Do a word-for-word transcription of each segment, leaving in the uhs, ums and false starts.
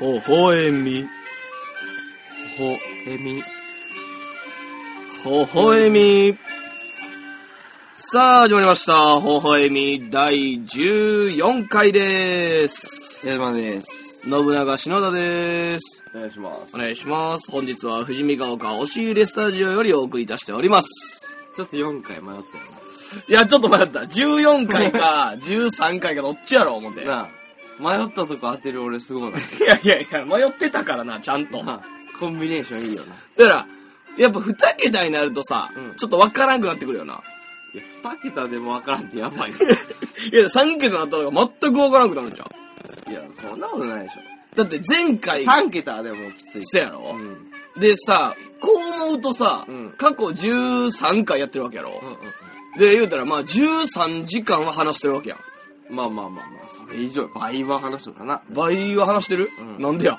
ほほえみ。 ほえみ。 ほほえみ。さあ、始まりました。ほほえみだいじゅうよんかいでーす。 矢島です。 信長篠田でーす。 お願いします。 お願いします。本日は富士見ヶ丘押し入れスタジオよりお送りいたしております。 ちょっとよんかい迷ったよいや、ちょっと迷った。じゅうよんかいか、じゅうさんかいかどっちやろ、思って。 な。なあ、迷ったとこ当てる俺すごいな。 いやいやいや、迷ってたからな、ちゃんと。 なあ、コンビネーションいいよな。 だから、やっぱに桁になるとさ、うん、ちょっとわからんくなってくるよな。 いや、に桁でもわからんってやばい。いや、さん桁になったのが全くわからんくなるんちゃう。いや、そんなことないでしょ。だって前回。 さん桁でもきつい。 そうやろ、うん、でさ、こう思うとさ、うん、過去じゅうさんかいやってるわけやろ、うんうんうん、で、言うたらまあじゅうさんじかんは話してるわけやん。 まあまあまあまあ、それ以上、倍は話してるかな。 倍は話してる、うん、なんでや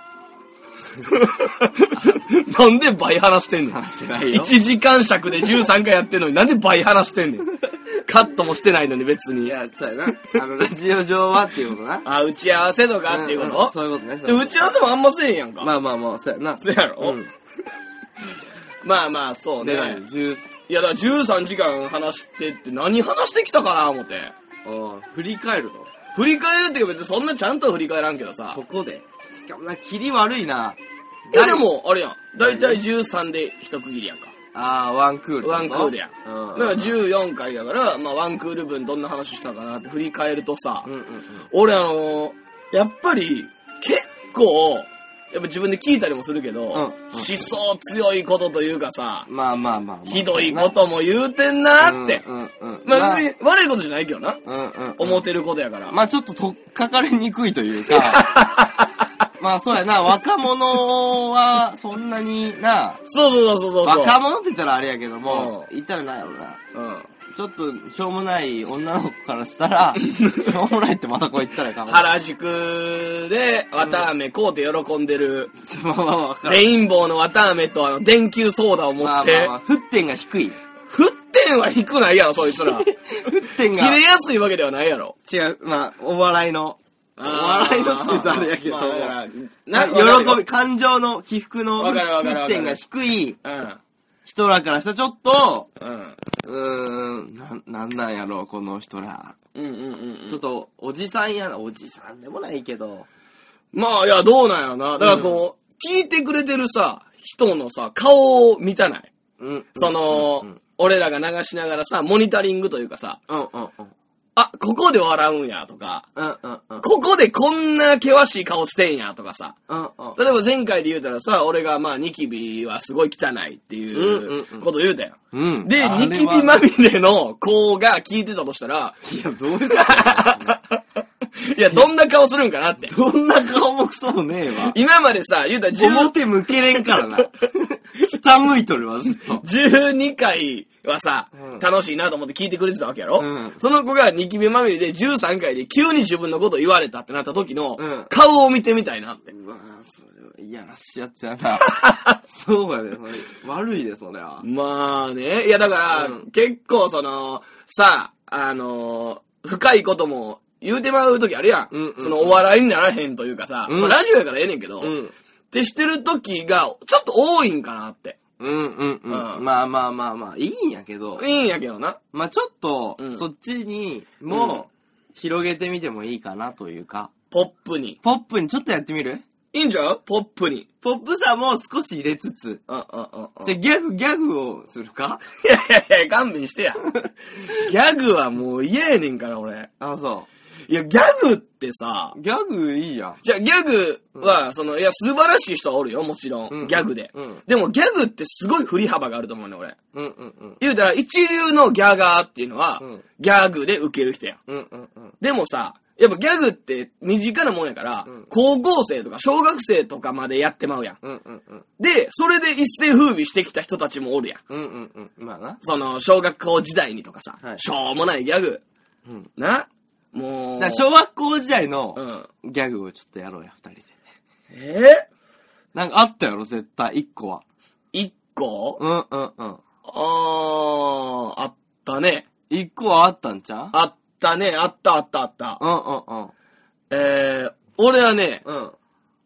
なんで倍話してんねん。 話してないよ。 いちじかん尺でじゅうさんかいやってんのになんで倍話してんねん。カットもしてないのに別に。 いや、そうやな。あの、ラジオ上はっていうことな。 あ、打ち合わせとかっていうこと、うんうん、 そういうことね。 で、打ち合わせもあんませえんやんか。 まあまあまあ、そうやな。 そうやろ、うん、まあまあ、そうね。いや、だからじゅうさんじかん話してって何話してきたかな思って。 ああ、振り返るの振り返るっていうか別にそんなちゃんと振り返らんけどさ。 ここで。しかもな、切り悪いな。 いやでも、あれやん。だいたいじゅうさんで一区切りやんか。 ああ、ワンクール。 ワンクールやん。うん、だからじゅうよんかいだから、まあワンクール分どんな話したかなって振り返るとさ、うんうんうん、俺あのー、やっぱり結構、やっぱ自分で聞いたりもするけど、うんうん、思想強いことというかさ、 まあまあまあ、まあ、 ひどいことも言うてんなって。うんうんうん、まあ別に悪いことじゃないけどな。うんうんうん、思ってることやから。 まあちょっととっかかりにくいというか、まあそうやな、若者はそんなにな、 そうそうそうそうそう。 若者って言ったらあれやけども、うん、言ったらなんやろな。うん。ちょっとしょうもない女の子からしたら、しょうもないってまたこう言ったらかも。 原宿で綿飴買うて喜んでる。 うん、まあまあわかる。 レインボーの綿飴とあの電球ソーダを持って。まあまあまあ、 沸点が低い。 沸点は低ないやろ、そいつら。沸点が。切れやすいわけではないやろ。 違う、まあ、お笑いの。お笑いのって言うとあれやけど、まあ、だからな喜び、感情の起伏の沸点が低い人らからしたらちょっと、うん、うーん、な、なんなんやろう、この人ら。うんうんうんうん、ちょっと、おじさんやな、おじさんでもないけど。 まあ、いや、どうなんやろな。だからこう、うん、聞いてくれてるさ、人のさ、顔を見たない。うん、その、うんうん、俺らが流しながらさ、モニタリングというかさ、うんうんうん、あ、ここで笑うんやとか、うんうんうん、ここでこんな険しい顔してんやとかさ、うんうん、例えば前回で言うたらさ、俺がまあニキビはすごい汚いっていうこと言うたよ。うんうんうん、で、ニキビまみれの子が聞いてたとしたら、 いや、どういうこといや、どんな顔するんかなって。 どんな顔もくそもねえわ。 今までさ、言うたらじゅう表向けれんからな。下向いとるわ、ずっと。 じゅうにかいはさ、うん、楽しいなと思って聞いてくれてたわけやろ、うん、その子がニキビまみれでじゅうさんかいで急に自分のこと言われたってなった時の、顔を見てみたいなって。 うわぁ、それはいやらしいやつやな。そうやね。悪いで、それは。 まあね。いや、だから、うん、結構その、さ、あのー、深いことも、言うてまうときあるやん。うんうんうん、そのお笑いにならへんというかさ、うん、まあ、ラジオやからええねんけど、うん、ってしてるときがちょっと多いんかなって。 うんうんうん。うん、まあまあまあまあ、いいんやけど。 いいんやけどな。 まあちょっと、うん、そっちにも広げてみてもいいかなというか。 ポップに。 ポップにちょっとやってみる？ いいんじゃん？ポップに。 ポップさも少し入れつつ。うんうんうんうん。じゃ、ギャグ、ギャグをするか？ いやいやいや、勘弁してや。ギャグはもう嫌やねんから、俺。 あ、そう。 いや、ギャグってさ、 ギャグいいやん。 じゃあ、ギャグは、うん、その、いや、素晴らしい人はおるよ、もちろん。うん、ギャグで、うん。でも、ギャグってすごい振り幅があると思うね、俺。うんうんうん。言うたら、一流のギャガーっていうのは、うん、ギャグで受ける人やん。うんうんうん。でもさ、やっぱギャグって身近なもんやから、うん、高校生とか小学生とかまでやってまうやん。うんうんうん。で、それで一世風靡してきた人たちもおるやん。うんうんうん。まあな。その、小学校時代にとかさ、はい、しょうもないギャグ。うん。なもう。 だ小学校時代のギャグをちょっとやろうや、二人で。 えー、 なんかあったやろ、絶対、一個は。 一個？ うんうんうん。 あー、あったね。 一個はあったんちゃう？ あったね、あったあったあった。 うんうんうん。 えー、俺はね、うん。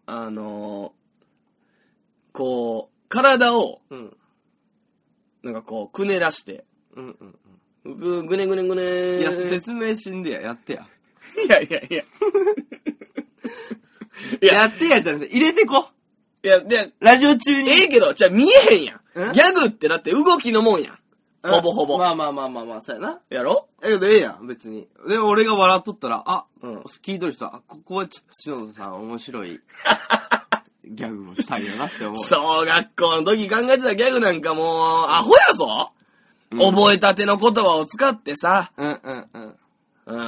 あのー、こう、体を、うん、なんかこう、くねらして、うんうんうん、ぐ、ぐねぐねぐねー。 いや、説明しんでや、やってや。 いやいやいや。 いや、やってやじゃなくて、入れてこ。 いや、で、 ラジオ中に。 ええけど、じゃあ見えへんやん。ギャグってだって動きのもんやん。ほぼほぼ。 まあまあまあまあまあ、そうやな。 やろえけどええやん、別に。で、俺が笑っとったら、あ、うん、聞いとる人は、あ、ここはちょっと篠田さん面白いギャグをしたいよなって思う。 小学校の時考えてたギャグなんかもう、アホやぞ、うん、覚えたての言葉を使ってさ。うんうんうん。うん。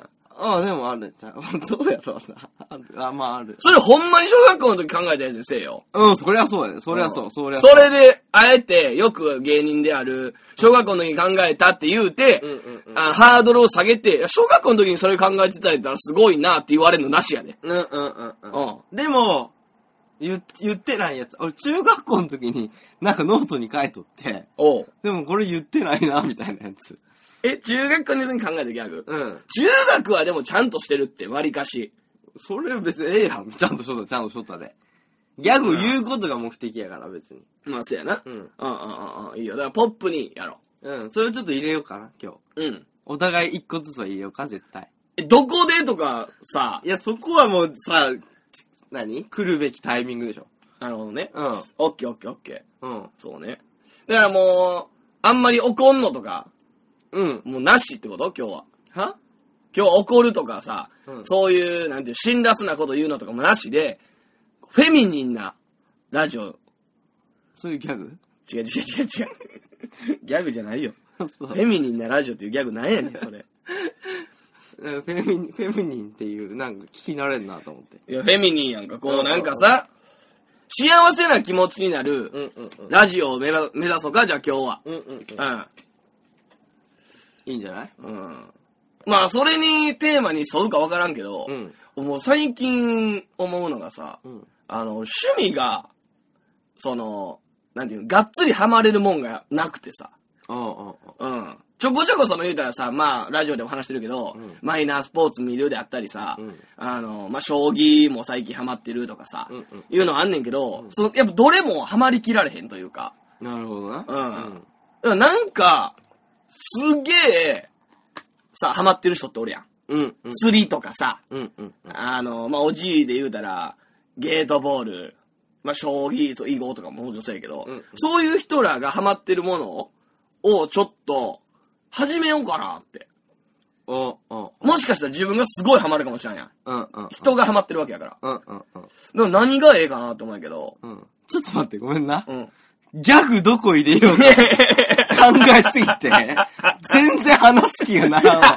ああ、でもあるじゃん。どうやろうな。ある。あ、まあある。 それほんまに小学校の時考えたやつでせえよ。 うん、そりゃそうやね。そりゃそう、そりゃそう。それで、あえて、よく芸人である、小学校の時に考えたって言うて、うんうんうん、あのハードルを下げて、小学校の時にそれ考えてたりたらすごいなって言われるのなしやで。うんうんうんうん。うん。でも、言、言ってないやつ。俺中学校の時になんかノートに書いとって、おう。でもこれ言ってないな、みたいなやつ。 え、中学校の時に考えたギャグ？うん。中学はでもちゃんとしてるって、割かし。 それは別にええやん。ちゃんとしとった、ちゃんとしとったで。ギャグを言うことが目的やから、別に。 まあ、そうやな。うん。うんうんうんうん。いいよ。だからポップにやろう。うん。それをちょっと入れようかな、今日。うん。お互い一個ずつは入れようか、絶対。 え、どこでとか、さ。 いや、そこはもうさ、何？来るべきタイミングでしょ。 なるほどね。うん。オッケーオッケーオッケー。うん。そうね。だからもう、あんまり怒んのとか、うん。もうなしってこと今日は。は今日怒るとかさ、うん、そういう、なんていう、辛辣なこと言うのとかもなしで、フェミニンなラジオ。 そういうギャグ？ 違う違う違う違う。ギャグじゃないよ。フェミニンなラジオっていうギャグなんやねん、それ。 フェミニン、フェミニンっていう、なんか聞き慣れんなと思って。 いや、フェミニンやんか、こうなんかさ、幸せな気持ちになる、うんうんうん、ラジオを目指そうか、じゃあ今日は。うんうんうん。うんいいんじゃない？ うん。まあ、それにテーマに沿うかわからんけど、うん、もう最近思うのがさ、うん、あの、趣味が、その、なんていうの、がっつりハマれるもんがなくてさ、うんうんうん。ちょこちょこその言うたらさ、まあ、ラジオでも話してるけど、うん、マイナースポーツ見るであったりさ、うん、あの、まあ、将棋も最近ハマってるとかさ、うんうん、いうのあんねんけど、うん、その、やっぱどれもハマりきられへんというか。 なるほどな。うん。 うん、だからなんか、すげえ、さ、ハマってる人っておるやん。うん、うん。釣りとかさ、うん、うん。あの、まあ、おじいで言うたら、ゲートボール、まあ、将棋、そう、囲碁とかももちろんそうやけど、うん、うん、そういう人らがハマってるものを、ちょっと、始めようかなって。おおもしかしたら自分がすごいハマるかもしれんやん。うん、うん。人がハマってるわけやから。うん、うん、うん。だから何がええかなって思うんやけど。 うん。ちょっと待って、ごめんな。うん。ギャグどこ入れようか。考えすぎて、全然話す気がならんわ。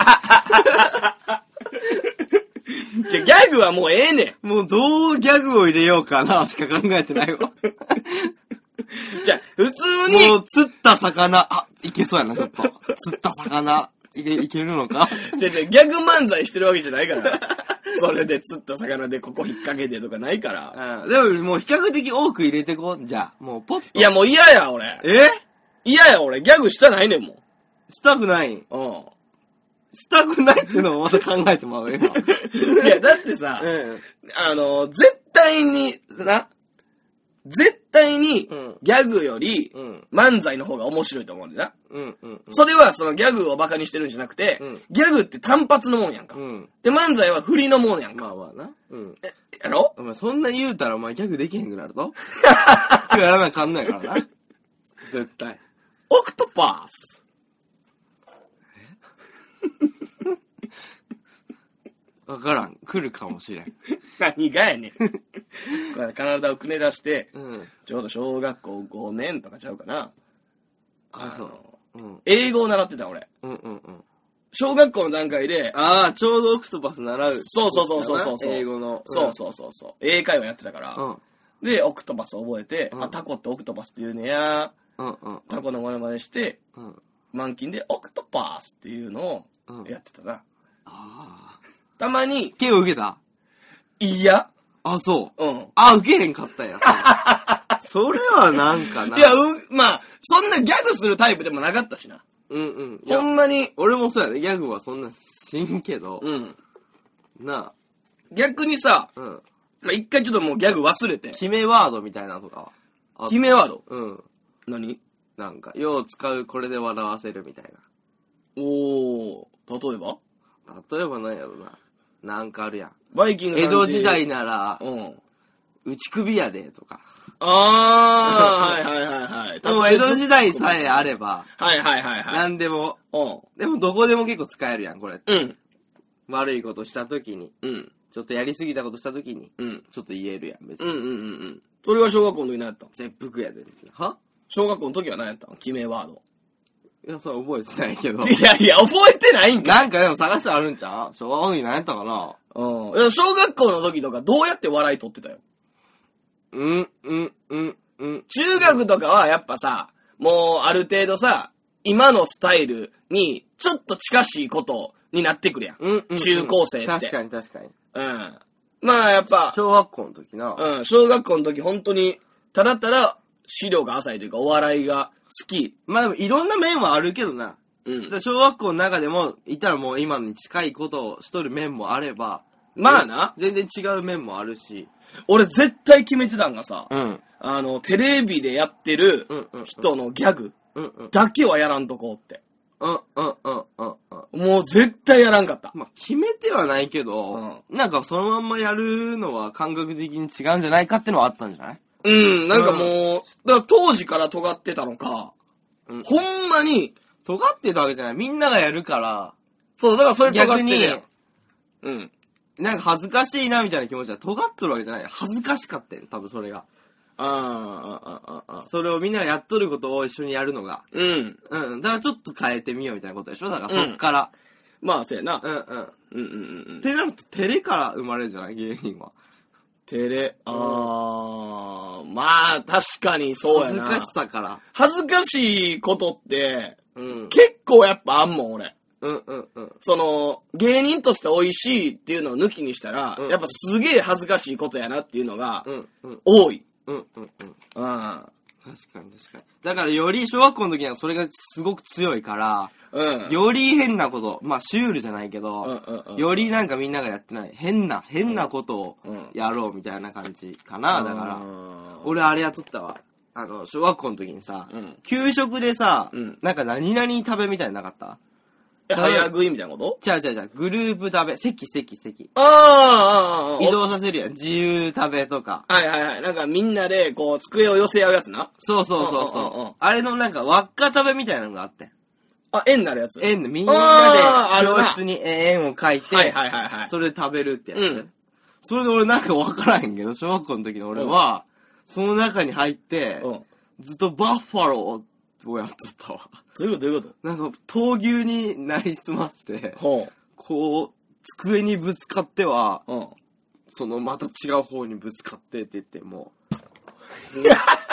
じゃ、ギャグはもうええねん。もうどうギャグを入れようかなしか考えてないわ。 じゃあ、普通に。 もう釣った魚、あ、いけそうやな、ちょっと。釣った魚、いけ、いけるのか？ じゃじゃ、ギャグ漫才してるわけじゃないから。それで釣った魚でここ引っ掛けてとかないから。 うん。でももう比較的多く入れてこう。じゃあ、もうポッと。 いやもう嫌や、俺。 え？ 嫌や、俺。ギャグしたないねんもん。 したくない。うん。したくないっていうのもまた考えてもらうよ。 いや、だってさ、うん、あの、絶対に、な、絶対に、ギャグより、漫才の方が面白いと思うんだよな。うんうんうん、それはそのギャグをバカにしてるんじゃなくて、うん、ギャグって単発のもんやんか。うん、で、漫才は振りのもんやんか。 まあまあな。うん、 え、やろ？ お前そんな言うたらお前ギャグできへんくなるとやらなあかんないからな。絶対。 オクトパス。 わからん。来るかもしれん。 何がやねん。これ体をくねらして、うん、ちょうど小学校ごねんとかちゃうかな。あ、そう。うん、英語を習ってた俺。うんうんうん。小学校の段階で。 ああ、ちょうどオクトパス習う。 そうそうそうそうそう。 英語の。 そうそうそうそう。英会話やってたから。うん、で、オクトパスを覚えて、うん、あ、タコってオクトパスって言うねや。うんうん、タコの真似真似して、うん、満勤でオクトパスっていうのをやってたな。うん、ああ。たまに。 手を受けた？ いや。 あ、そう。うん。あ、受けへんかったんや。それはなんかな。 いや、う、まあ、そんなギャグするタイプでもなかったしな。うんうん。ほんまに。 俺もそうやね。ギャグはそんなしんけど。うん。なあ。 逆にさ、うん。 まあ、一回ちょっともうギャグ忘れて。 決めワードみたいなのとかは。決めワード？ うん。 何？ なんか、よう使うこれで笑わせるみたいな。 おー、例えば？ 例えば何やろな。なんかあるやん。 バイキング江戸時代なら、うん。内首やで、とか。 あー、はいはいはいはい。 でも江戸時代さえあれば、 はいはいはいはい。 なんでも、 うん。 でもどこでも結構使えるやん、これ。 うん。 悪いことしたときに、 うん。 ちょっとやりすぎたことしたときに、 うん。 ちょっと言えるやん、別に。うんうんうんうん。それは小学校の時何やったの？ 切腹やで。は？ 小学校の時は何やったの？決めワード。 いや、それ覚えてないけど。 いやいや、覚えてないんか。 なんかでも探してあるんちゃう？小学校の時何やったかな？ うん。いや、小学校の時とかどうやって笑い取ってたよ。 うん、うん、うん、うん。 中学とかはやっぱさ、もうある程度さ、今のスタイルにちょっと近しいことになってくるやん。 うん、うん。 中高生って。 確かに確かに。 うん。まあやっぱ。 小学校の時な。 うん。小学校の時本当に、ただただ資料が浅いというかお笑いが好き。 まあでもいろんな面はあるけどな。 うん。 小学校の中でも、いたらもう今に近いことをしとる面もあれば。 まあな。 全然違う面もあるし。 俺絶対決めてたんがさ、 うん。 あの、テレビでやってる人のギャグだけはやらんとこうって。 うんうんうんうんうん。もう絶対やらんかった。 まあ、決めてはないけど、うん、なんかそのまんまやるのは感覚的に違うんじゃないかってのはあったんじゃない？ うん、なんかもう、うん、だから当時から尖ってたのか、うん、ほんまに、 尖ってたわけじゃない。みんながやるから、 そう、だからそれ尖って逆に、 うん。 なんか恥ずかしいなみたいな気持ちは尖ってるわけじゃない。恥ずかしかったよ、多分それが。 ああ、ああ、ああ。 それをみんながやっとることを一緒にやるのが。 うん。 うん。だからちょっと変えてみようみたいなことでしょ？だからそっから。 うん、まあ、そうやな。 うんうん。 うんうんうん。 ってなると、照れから生まれるじゃない芸人は。 照れ、ああ、うん、まあ、確かにそうやな。 恥ずかしさから。 恥ずかしいことって、 うん、 結構やっぱあんもん、俺。 うんうんうん。 その、芸人として美味しいっていうのを抜きにしたら、うん、やっぱすげえ恥ずかしいことやなっていうのが、 うんうん、 多い。 うんうんうん。うん。 確かに確かに。だからより小学校の時にはそれがすごく強いから、 うん、 より変なこと、まあシュールじゃないけど、 うんうんうん、 よりなんかみんながやってない変な、変なことをやろうみたいな感じかな。だから、俺あれやっとったわ。あの、小学校の時にさ、 うん、 給食でさ、 うん、 なんか何々食べみたいなのなかった？ 早食いみたいなこと？ 違う違う違う。グループ食べ。席席席。 ああ、ああ、 移動させるやん。自由食べとか。 はいはいはい。なんかみんなで、こう、机を寄せ合うやつな。 そうそうそうそう。あれのなんか輪っか食べみたいなのがあってん。 あ、円になるやつ。 円で、みんなで、教室に円を書いて、 はいはいはいはい。 それ食べるってやつ。 うん。 それで俺なんかわからへんけど、小学校の時の俺は、その中に入って、ずっとバッファロー、をやってたわ。 どういうことどういうこと？ なんか、闘牛になりすまして、 ほうこう、机にぶつかっては、 うん、 そのまた違う方にぶつかってって言ってもう。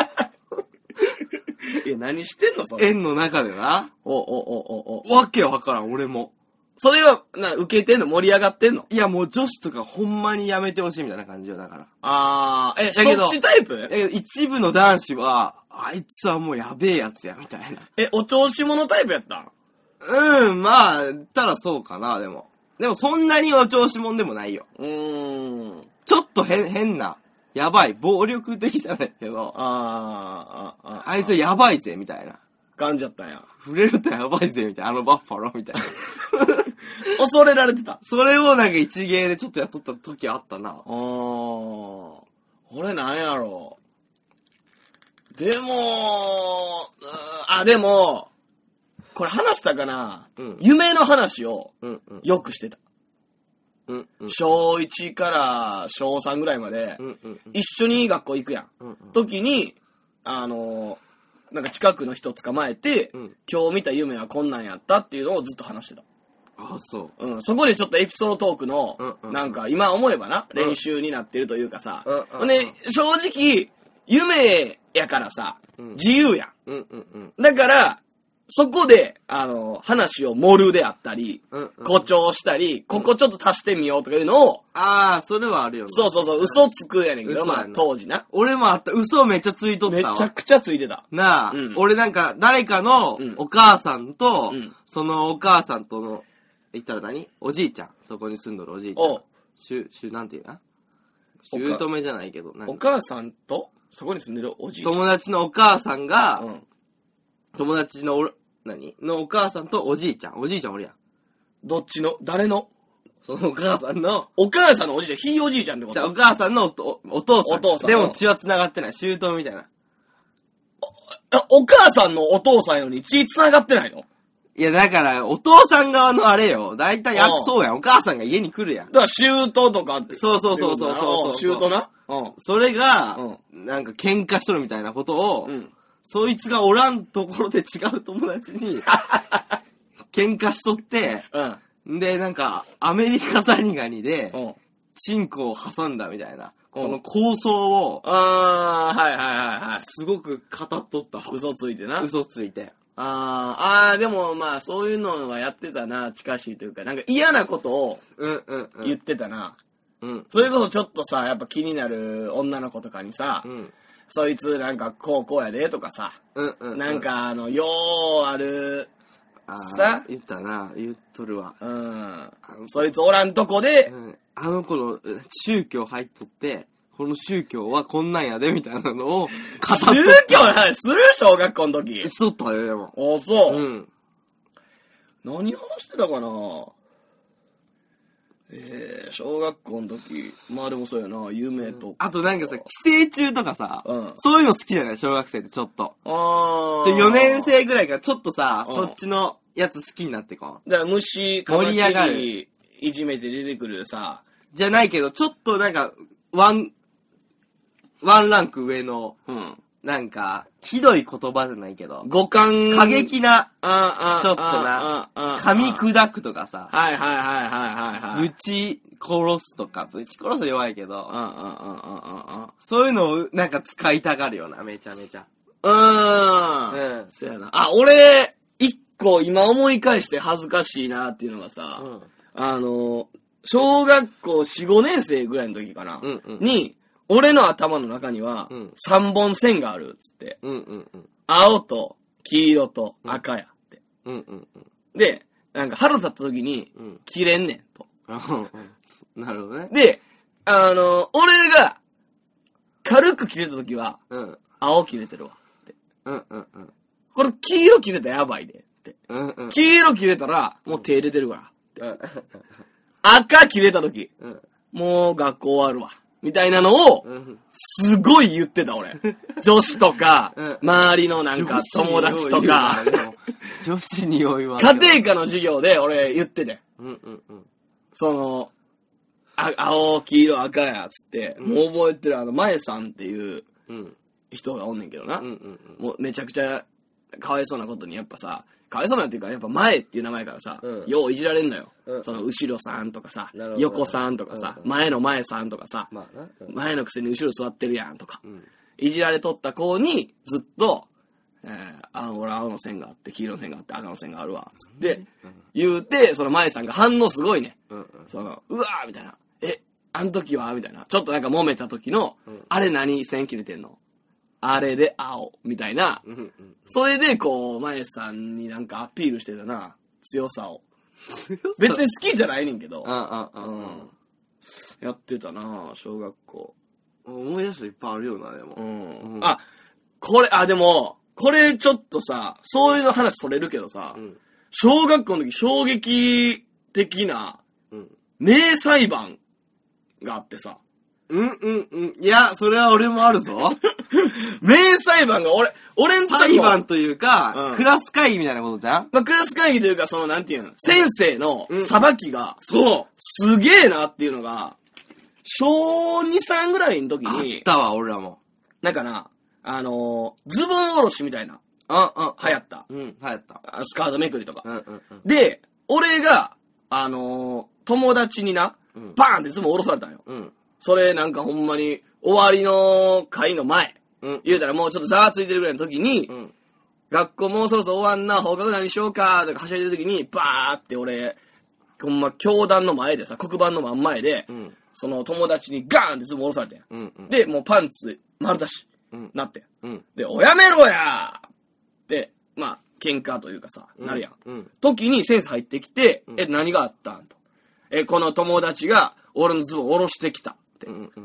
いや、何してんのそれ。 円の中でな。 おおおおお。わけわからん、俺も。 それは、な、受けてんの？盛り上がってんの？ いや、もう女子とかほんまにやめてほしいみたいな感じよ、だから。 あー、え、そっちタイプ？ え、一部の男子は、あいつはもうやべえやつや、みたいな。 え、お調子者タイプやった？ うん、まあ、たらそうかな、でも。でもそんなにお調子者でもないよ。 うーん。 ちょっと変、変な、やばい、暴力的じゃないけど、 あー、あ、 あ、あいつやばいぜ、みたいな。 感じやったんや。 触れるとやばいぜ、みたいな。あのバッファローみたいな。 恐れられてた。 それをなんか一芸でちょっとやっとった時あったな。 あー。俺なんやろう。でも、あ、でも、これ話したかな、 うん、 夢の話をよくしてた。 うんうん、 小いちから小さんぐらいまで、 うんうん、 一緒に学校行くやん。 うんうん、 時に、あの、なんか近くの人捕まえて、 うん、 今日見た夢はこんなんやったっていうのをずっと話してた。 ああ、そう。 うん。そこでちょっとエピソードトークの、 うんうん、 なんか今思えばな、練習になってるというかさ。 うんうん、 で、正直、夢やからさ、うん、自由やん。 うんうんうん、 だから、そこで、あの、話を盛るであったり、 うんうん、 誇張したり、ここちょっと足してみようとかいうのを、 ああ、それはあるよね。 そうそうそう、嘘つくやねんけど、まあ当時な。 俺もあった、嘘めっちゃついとったわ。 めちゃくちゃついてた。 なあ、 うん、 俺なんか誰かのお母さんと、 うん、 そのお母さんとの、言ったら何？おじいちゃん。そこに住んどるおじいちゃん。 おしゅ、しゅ、なんていうな姑じゃないけど。 お母さんと、そこに住んでるおじいちゃん。 友達のお母さんが、うん、友達のお、何のお母さんとおじいちゃん。おじいちゃんおるやん。 どっちの誰のそのお母さんの。 お母さんのおじいちゃん、ひいおじいちゃんってこと？ じゃあお母さんの お, お父さん。 お父さん。 でも血は繋がってない。姑みたいな。 お、お母さんのお父さんより血繋がってないの？ いや、だから、お父さん側のあれよ。だいたいや、そうやん。お母さんが家に来るやん。 だから、舅とかって。 そうそうそうそうそう。 舅な。 うん。それが、うん、なんか喧嘩しとるみたいなことを、うん、そいつがおらんところで違う友達に、喧嘩しとって、うん。で、なんか、アメリカザリガニで、うん。チンコを挟んだみたいな、この構想を、 あー、はいはいはいはい。 すごく語っとった。 嘘ついてな。 嘘ついて。 あー、あー、でもまあそういうのはやってたな、近しいというか、なんか嫌なことを言ってたな。うん、うんうん。それこそちょっとさ、やっぱ気になる女の子とかにさ、うん、そいつなんかこうこうやでとかさ、うんうんうん、なんかあの、ようある、 さ、言ったな、言っとるわ。 うん。そいつおらんとこで、うん、 あの子の宗教入っとって、この宗教はこんなんやで、みたいなのを語っとった。 宗教の話する小学校の時。 しとったよ、でも。 あ、そう。うん。何話してたかなえー、小学校の時。まあでもそうやな、夢とか、うん。 あとなんかさ、寄生虫とかさ、うん、そういうの好きじゃない小学生ってちょっと。あー。よねん生ぐらいからちょっとさ、そっちのやつ好きになってこう。だから虫、盛り上がる。いじめて出てくるさ。 じゃないけど、ちょっとなんか、ワン、ワンランク上の、うん、なんか、ひどい言葉じゃないけど、 五感、 過激な、 ああちょっとな、噛み砕くとかさ、 はいはいはいはいはい、 はい。ぶち殺すとか、ぶち殺す弱いけど、そういうのをなんか使いたがるよな、めちゃめちゃ。 うーん。うん。そうやな。あ、俺、一個今思い返して恥ずかしいなっていうのがさ、うん、あの、小学校よん、ごねん生ぐらいの時かな、うんうん、に、俺の頭の中には、さんぼん線があるっつって、うんうんうん、青と黄色と赤やって、うんうんうん。で、なんか腹立った時に、切れんねんと。 なるほどね。 で、あの、俺が軽く切れた時は、うん、青切れてるわって、うんうんうん。これ黄色切れたらやばいでって、うんうん。黄色切れたらもう手入れてるからって。うん、赤切れた時、うん、もう学校終わるわ。みたいなのを、すごい言ってた俺。女子とか、周りのなんか友達とか、 女子に酔いは。 家庭科の授業で俺言ってて。その、あ、青、黄色、赤や、つって、もう覚えてるあの、前さんっていう人がおんねんけどな。もうめちゃくちゃかわいそうなことにやっぱさ、かわいそうなんていうか、やっぱ前っていう名前からさ、うん、よういじられんのよ。うん、その後ろさんとかさ、横さんとかさ、うん、前の前さんとかさ、まあうん、前のくせに後ろ座ってるやんとか、うん、いじられとった子にずっと、えー、あ、俺青の線があって、黄色の線があって、赤の線があるわ、つって言うて、その前さんが反応すごいね。うんうん、その、うわーみたいな。え、あの時はみたいな。ちょっとなんか揉めた時の、うん、あれ何線切れてんのあれで青みたいな、うんうん、それでこう前さんになんかアピールしてたな、強さを。別に好きじゃないねんけど、あああ、うん、やってたな小学校。 思い出したいっぱいあるよなでも、 うんうん、あこれあでもこれちょっとさそういうの話それるけどさ、うん、小学校の時衝撃的な名裁判があってさ。 うんうんうん。いや、それは俺もあるぞ。 名裁判が俺、俺んとこ裁判というか、うん、クラス会議みたいなことじゃん？ まあ、クラス会議というか、その、なんていうの、先生の裁きが、うん、そう、すげえなっていうのが、小に、さんぐらいの時に、 あったわ、俺らも。 なんかな、あのー、ズボンおろしみたいな、 うんうん、 流行った。 うん、流行った。 スカートめくりとか。 うんうんうん、 で、俺が、あのー、友達にな、うん、バーンってズボンおろされたんよ。うんそれなんかほんまに終わりの会の前、うん、言うたらもうちょっとざわついてるぐらいの時に、うん、学校もうそろそろ終わんな、放課後何しようかとかはしゃいでる時に、バーって俺、ほんま教壇の前でさ、黒板の真ん前で、うん、その友達にガーンってズボン下ろされてん、うんうん、で、もうパンツ丸出し、うん、なって、うん、で、おやめろやーって、まあ、喧嘩というかさ、なるやん。うん、時に先生入ってきて、うん、え、何があったんと。え、この友達が俺のズボン下ろしてきた。うんうんうん、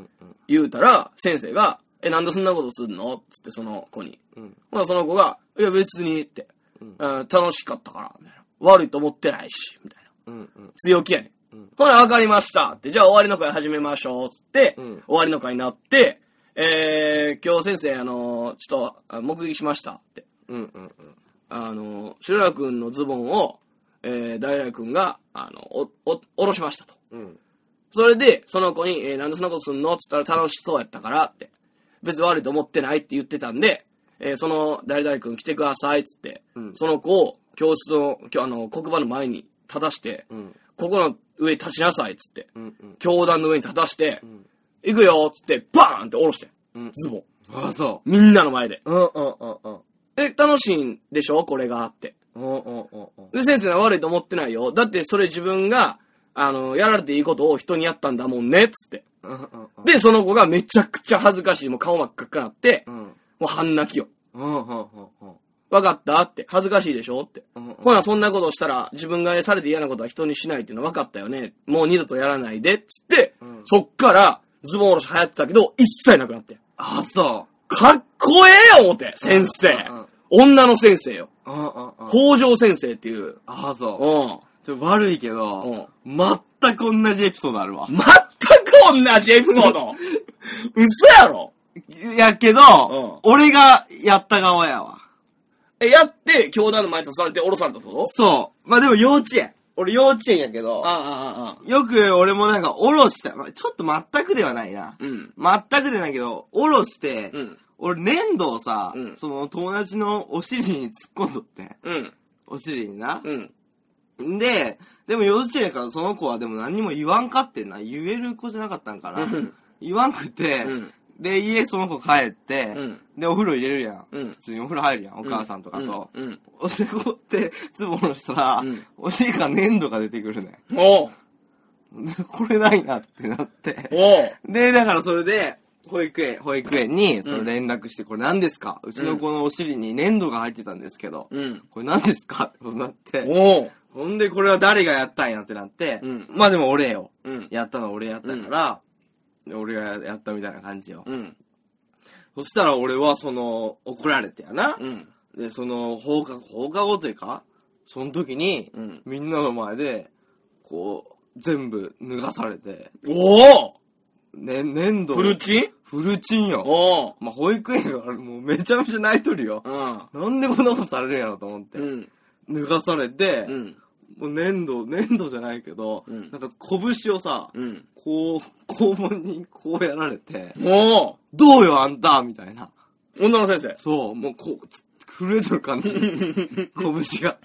言うたら、先生が、え、なんでそんなことすんのつってその子に。うん。ほら、その子が、いや別にって、うん、楽しかったから、みたいな。悪いと思ってないし、みたいな。うんうん。強気やねん。うん、ほら、わかりましたって。じゃあ終わりの会始めましょう。つって、うん、終わりの会になって、えー、今日先生、あのー、ちょっと、目撃しましたって。うんうんうん。あのー、白良くんのズボンを、えー、大来くんが、あの、お、お、おろしましたと。うん。それで、その子に、えー、なんでそんなことすんのって言ったら楽しそうやったからって。別に悪いと思ってないって言ってたんで、えー、その、誰々くん来てくださいっつって、うん、その子を教室の、あの、黒板の前に立たして、うん、ここの上に立ちなさいっつって、うんうん、教壇の上に立たして、うん、行くよっつって、バーンって下ろして、うん、ズボン。 ああ、そう。 みんなの前で。 うんうんうんうん。 え、楽しいんでしょこれがって。うんうんうんうん。で、先生は悪いと思ってないよ。だってそれ自分が、あの、やられていいことを人にやったんだもんね、つって。うんうんうん、で、その子がめちゃくちゃ恥ずかしい。もう顔真っ赤っかなって、うん、もう半泣きよ。うんうんうんうん、わかったって。恥ずかしいでしょって。うんうん、ほら、そんなことしたら自分がされて嫌なことは人にしないっていうの分かったよね。もう二度とやらないで、つって、うん、そっからズボンおろし流行ってたけど、一切なくなって。 ああ、そう。 かっこええよ、思って。先生。うんうん、女の先生よ。うんうんうん、北条先生っていう。 ああ、そう。うん。ちょ、悪いけど、うん、全く同じエピソードあるわ。 全く同じエピソード嘘やろやけど、うん、俺がやった側やわ。 え、やって、教団の前とされて降ろされたってこと？ そう。まあでも幼稚園。俺幼稚園やけど、ああああよく俺もなんか降ろした。まあ、ちょっと全くではないな。うん。全くでないけど、降ろして、うん、俺粘土をさ、うん、その友達のお尻に突っ込んどって。うん。お尻にな。うん。で、でも幼稚園からその子はでも何にも言わんかってんな。言える子じゃなかったんかな。うん、言わんくて、うん、で、家その子帰って、うん、で、お風呂入れるやん、うん。普通にお風呂入るやん、お母さんとかと。うんうん、おしこってズボンのしたら、うん、お尻から粘土が出てくるね。おこれないなってなって。おで、だからそれで、保育園、保育園に、その連絡して、これ何ですか、うん、うちの子のお尻に粘土が入ってたんですけど、うん、これ何ですかってことになって、おほんでこれは誰がやったんやってなって、うん、まあでも俺よ。うん、やったのは俺やったから、うん、俺がやったみたいな感じよ。うん、そしたら俺はその、怒られてやな。うん、で、その、放課後、放課後というか、その時に、うん、みんなの前で、こう、全部脱がされて。おおね、粘土。 フルチンフルチンよ。おまあ、保育園がもうめちゃめちゃ泣いとるよ。うん。なんでこんなことされるんやろと思って。うん。脱がされて、うん。もう粘土、粘土じゃないけど、うん、なんか拳をさ、うん、こう、肛門にこうやられて、おどうよあんたみたいな。 女の先生。 そう、もうこう、震えてる感じ。拳が。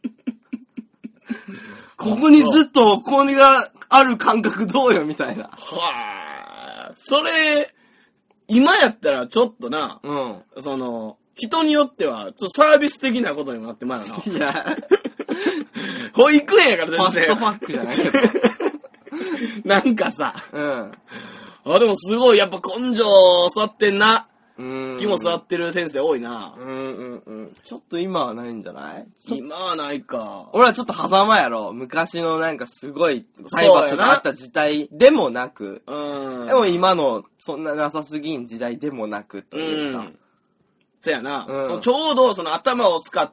ここにずっと、ここにがある感覚どうよみたいな。 はぁ、それ、今やったらちょっとな、うん、その、人によっては、ちょっとサービス的なことにもなってまうよな。いや、保育園やから全然。 ファストパックじゃないけど。 なんかさ、うん。あ、でもすごい、やっぱ根性座ってんな。うん。気も座ってる先生多いな。うんうんうん。ちょっと今はないんじゃない？ 今はないか。 俺はちょっと狭間やろ。昔のなんかすごい体罰があった時代でもなく。うん。でも今のそんななさすぎん時代でもなくというか。うん。 そやな、うん、そちょうどその頭を使った、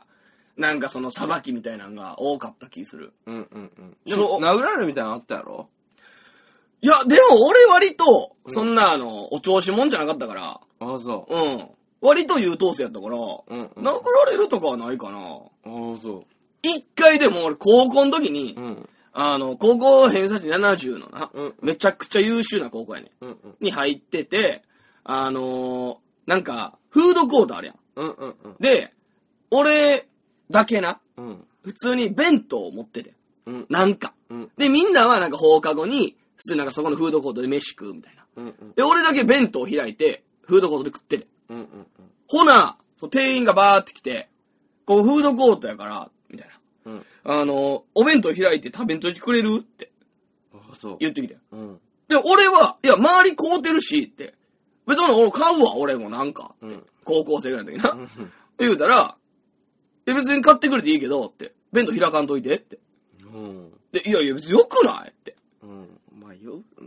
なんかその裁きみたいなのが多かった気する。うんうんうん。 でも、殴られるみたいなのあったやろ？ いや、でも俺割と、そんなあの、お調子もんじゃなかったから。 ああ、そう。 うん。割と優等生やったから、うんうん、殴られるとかはないかな。ああ、そう。 一回でも俺高校の時に、うん、あの、高校偏差値ななじゅうのな、うん、めちゃくちゃ優秀な高校やね、うんうん、に入ってて、あのー、なんか、フードコートあるやん。うんうんうん、で、俺だけな、うん、普通に弁当を持ってて。うん、なんか、うん。で、みんなはなんか放課後に、普通になんかそこのフードコートで飯食うみたいな。うんうん、で、俺だけ弁当を開いて、フードコートで食ってて。うんうんうん、ほな、そう店員がバーって来て、こうフードコートやから、みたいな。うん、あの、お弁当開いて食べんといてくれるって。言ってきて。うん、で、俺は、いや、周り買うてるし、って。別に俺買うわ、俺もなんか。うん、高校生ぐらいの時な。うん、言うたら、え、別に買ってくれていいけど、って。弁当開かんといて、って。うん、で、いやいや、別に良くないって。うん。まあよ。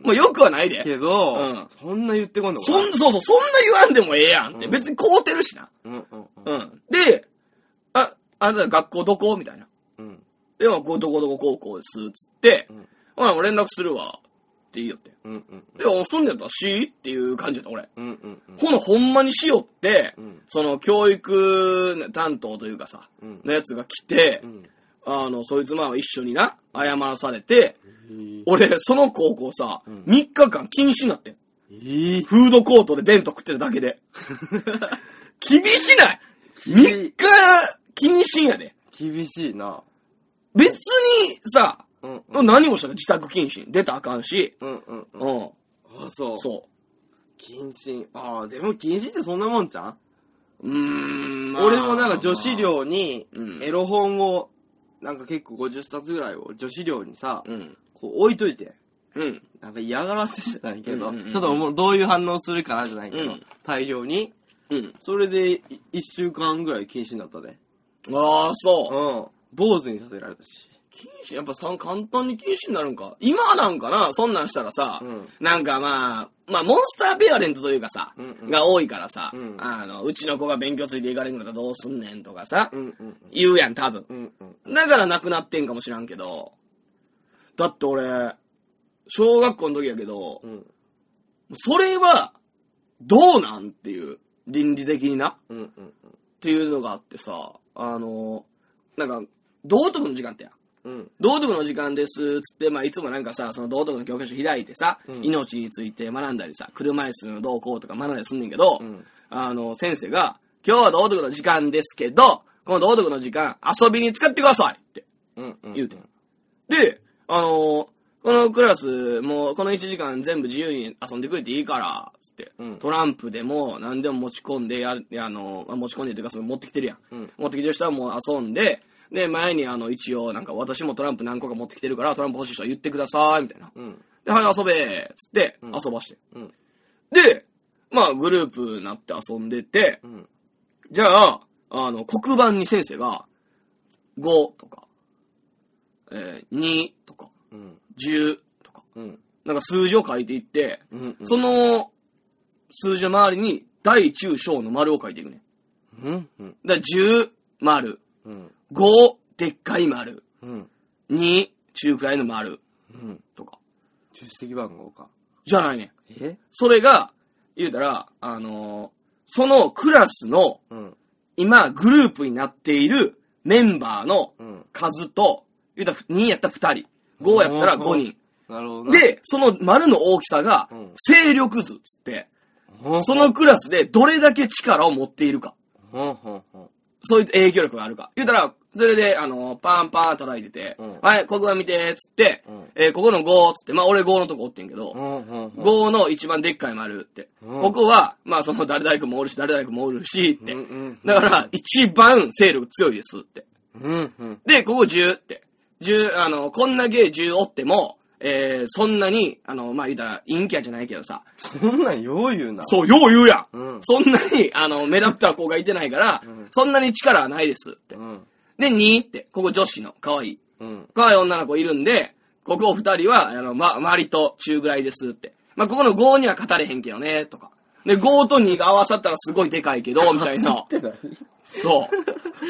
まあよくはないで。 けど、うん。そんな言ってこんのかそん、そうそう、そんな言わんでもええやんって。うん、別に買うてるしな。うんうんうん。うん。で、あ、あなた学校どこみたいな。うん。でも、こう、どこどこ高校です、つって、うん。ほら、もう連絡するわ。って言いよって。うんうん、うん。で、住んでたらしっていう感じだった、俺。うんうんうん。ほな、ほんまにしよって、うん、その、教育担当というかさ、うん、のやつが来て、うん、あの、そいつまあ一緒にな、謝らされて、うん、俺、その高校さ、うん、みっかかん禁止になってん。えー、フードコートで弁当食ってるだけで。厳しない ?みっか禁止やで。 厳しいな。 別にさ、うんうん、何もしたら自宅謹慎出たらあかんし。うんうんうん。うん。 あ、そう。 そう。 謹慎。ああ、でも謹慎ってそんなもんじゃん？うーん、まあ。俺もなんか女子寮に、エロ本を、なんか結構ごじゅっさつぐらいを女子寮にさ、うん、こう置いといて。うん。なんか嫌がらせじゃないけど、うんうんうん、ちょっともうどういう反応するかなじゃないけど、うん、大量に。うん。それでいっしゅうかんぐらい禁止になったで。 ああ、そう。 うん。坊主にさせられたし。 禁止やっぱさ、簡単に禁止になるんか。今なんかな、そんなんしたらさ、うん、なんかまあ、まあ、モンスターペアレントというかさ、うんうん、が多いからさ、うん、あの、うちの子が勉強ついていかれんのだったらどうすんねんとかさ、うんうんうん、言うやん、多分、うんうん。だからなくなってんかもしらんけど、だって俺、小学校の時やけど、うん、それは、どうなんっていう、倫理的にな、うんうんうん、っていうのがあってさ、あの、なんか、道徳の時間ってや。うん、道徳の時間です、つって、まあ、いつもなんかさ、その道徳の教科書開いてさ、うん、命について学んだりさ、車椅子のどうこうとか学んだりすんねんけど、うん、あの、先生が、今日は道徳の時間ですけど、この道徳の時間、遊びに使ってくださいって、言うてん、うんうん。で、あのー、このクラス、もうこのいちじかん全部自由に遊んでくれていいから、つって、うん、トランプでも何でも持ち込んでや、あのー、持ち込んでというか、その持ってきてるやん。うん、持ってきてる人はもう遊んで、で、前にあの、一応、なんか私もトランプ何個か持ってきてるから、トランプ欲しい人は言ってください、みたいな。うん、で、はい、遊べーつって、遊ばして、うん。で、まあ、グループになって遊んでて、うん、じゃあ、あの、黒板に先生が、ごとか、えー、にとか、うん、じゅうとか、うん、なんか数字を書いていって、うんうん、その、数字の周りに、大中小の丸を書いていくね。うんうん、だじゅう、丸。うん、ご、でっかい丸。うん、に、中くらいの丸。うん、とか。 出席番号か。 じゃないね。えそれが、言うたら、あのー、そのクラスの、うん、今、グループになっているメンバーの数と、うん、言うたらにやったらふたり。ごやったらごにん。 なるほど。 で、その丸の大きさが、勢力図っつって、うん、そのクラスでどれだけ力を持っているか。うんうんうん、そういう影響力があるか。言うたら、それで、あの、パンパン叩いてて、うん、はい、ここが見て、つって、うん、えー、ここのご、つって、まあ、俺ごのとこおってんけど、うんうんうん、ごの一番でっかい丸って、うん、ここは、まあ、その誰々君もおるし、誰々君もおるし、って。うんうんうん、だから、一番勢力強いです、って。うんうん、で、ここじゅうって。じゅう、あの、こんなゲーじゅうおっても、えー、そんなに、あの、まあ、言うたら、陰キャじゃないけどさ。 そんなんよう言うな。 そう、よう言うやん。うん、そんなに、あの、目立った子がいてないから、うん、そんなに力はないですって。うん、で、にって、ここ女子の、可愛い。うん、可愛い女の子いるんで、ここ二人は、あの、ま、周りと中ぐらいですって。まあ、ここのごには語れへんけどね、とか。で、ごとにが合わさったらすごいでかいけど、みたいな。 って何？ そう。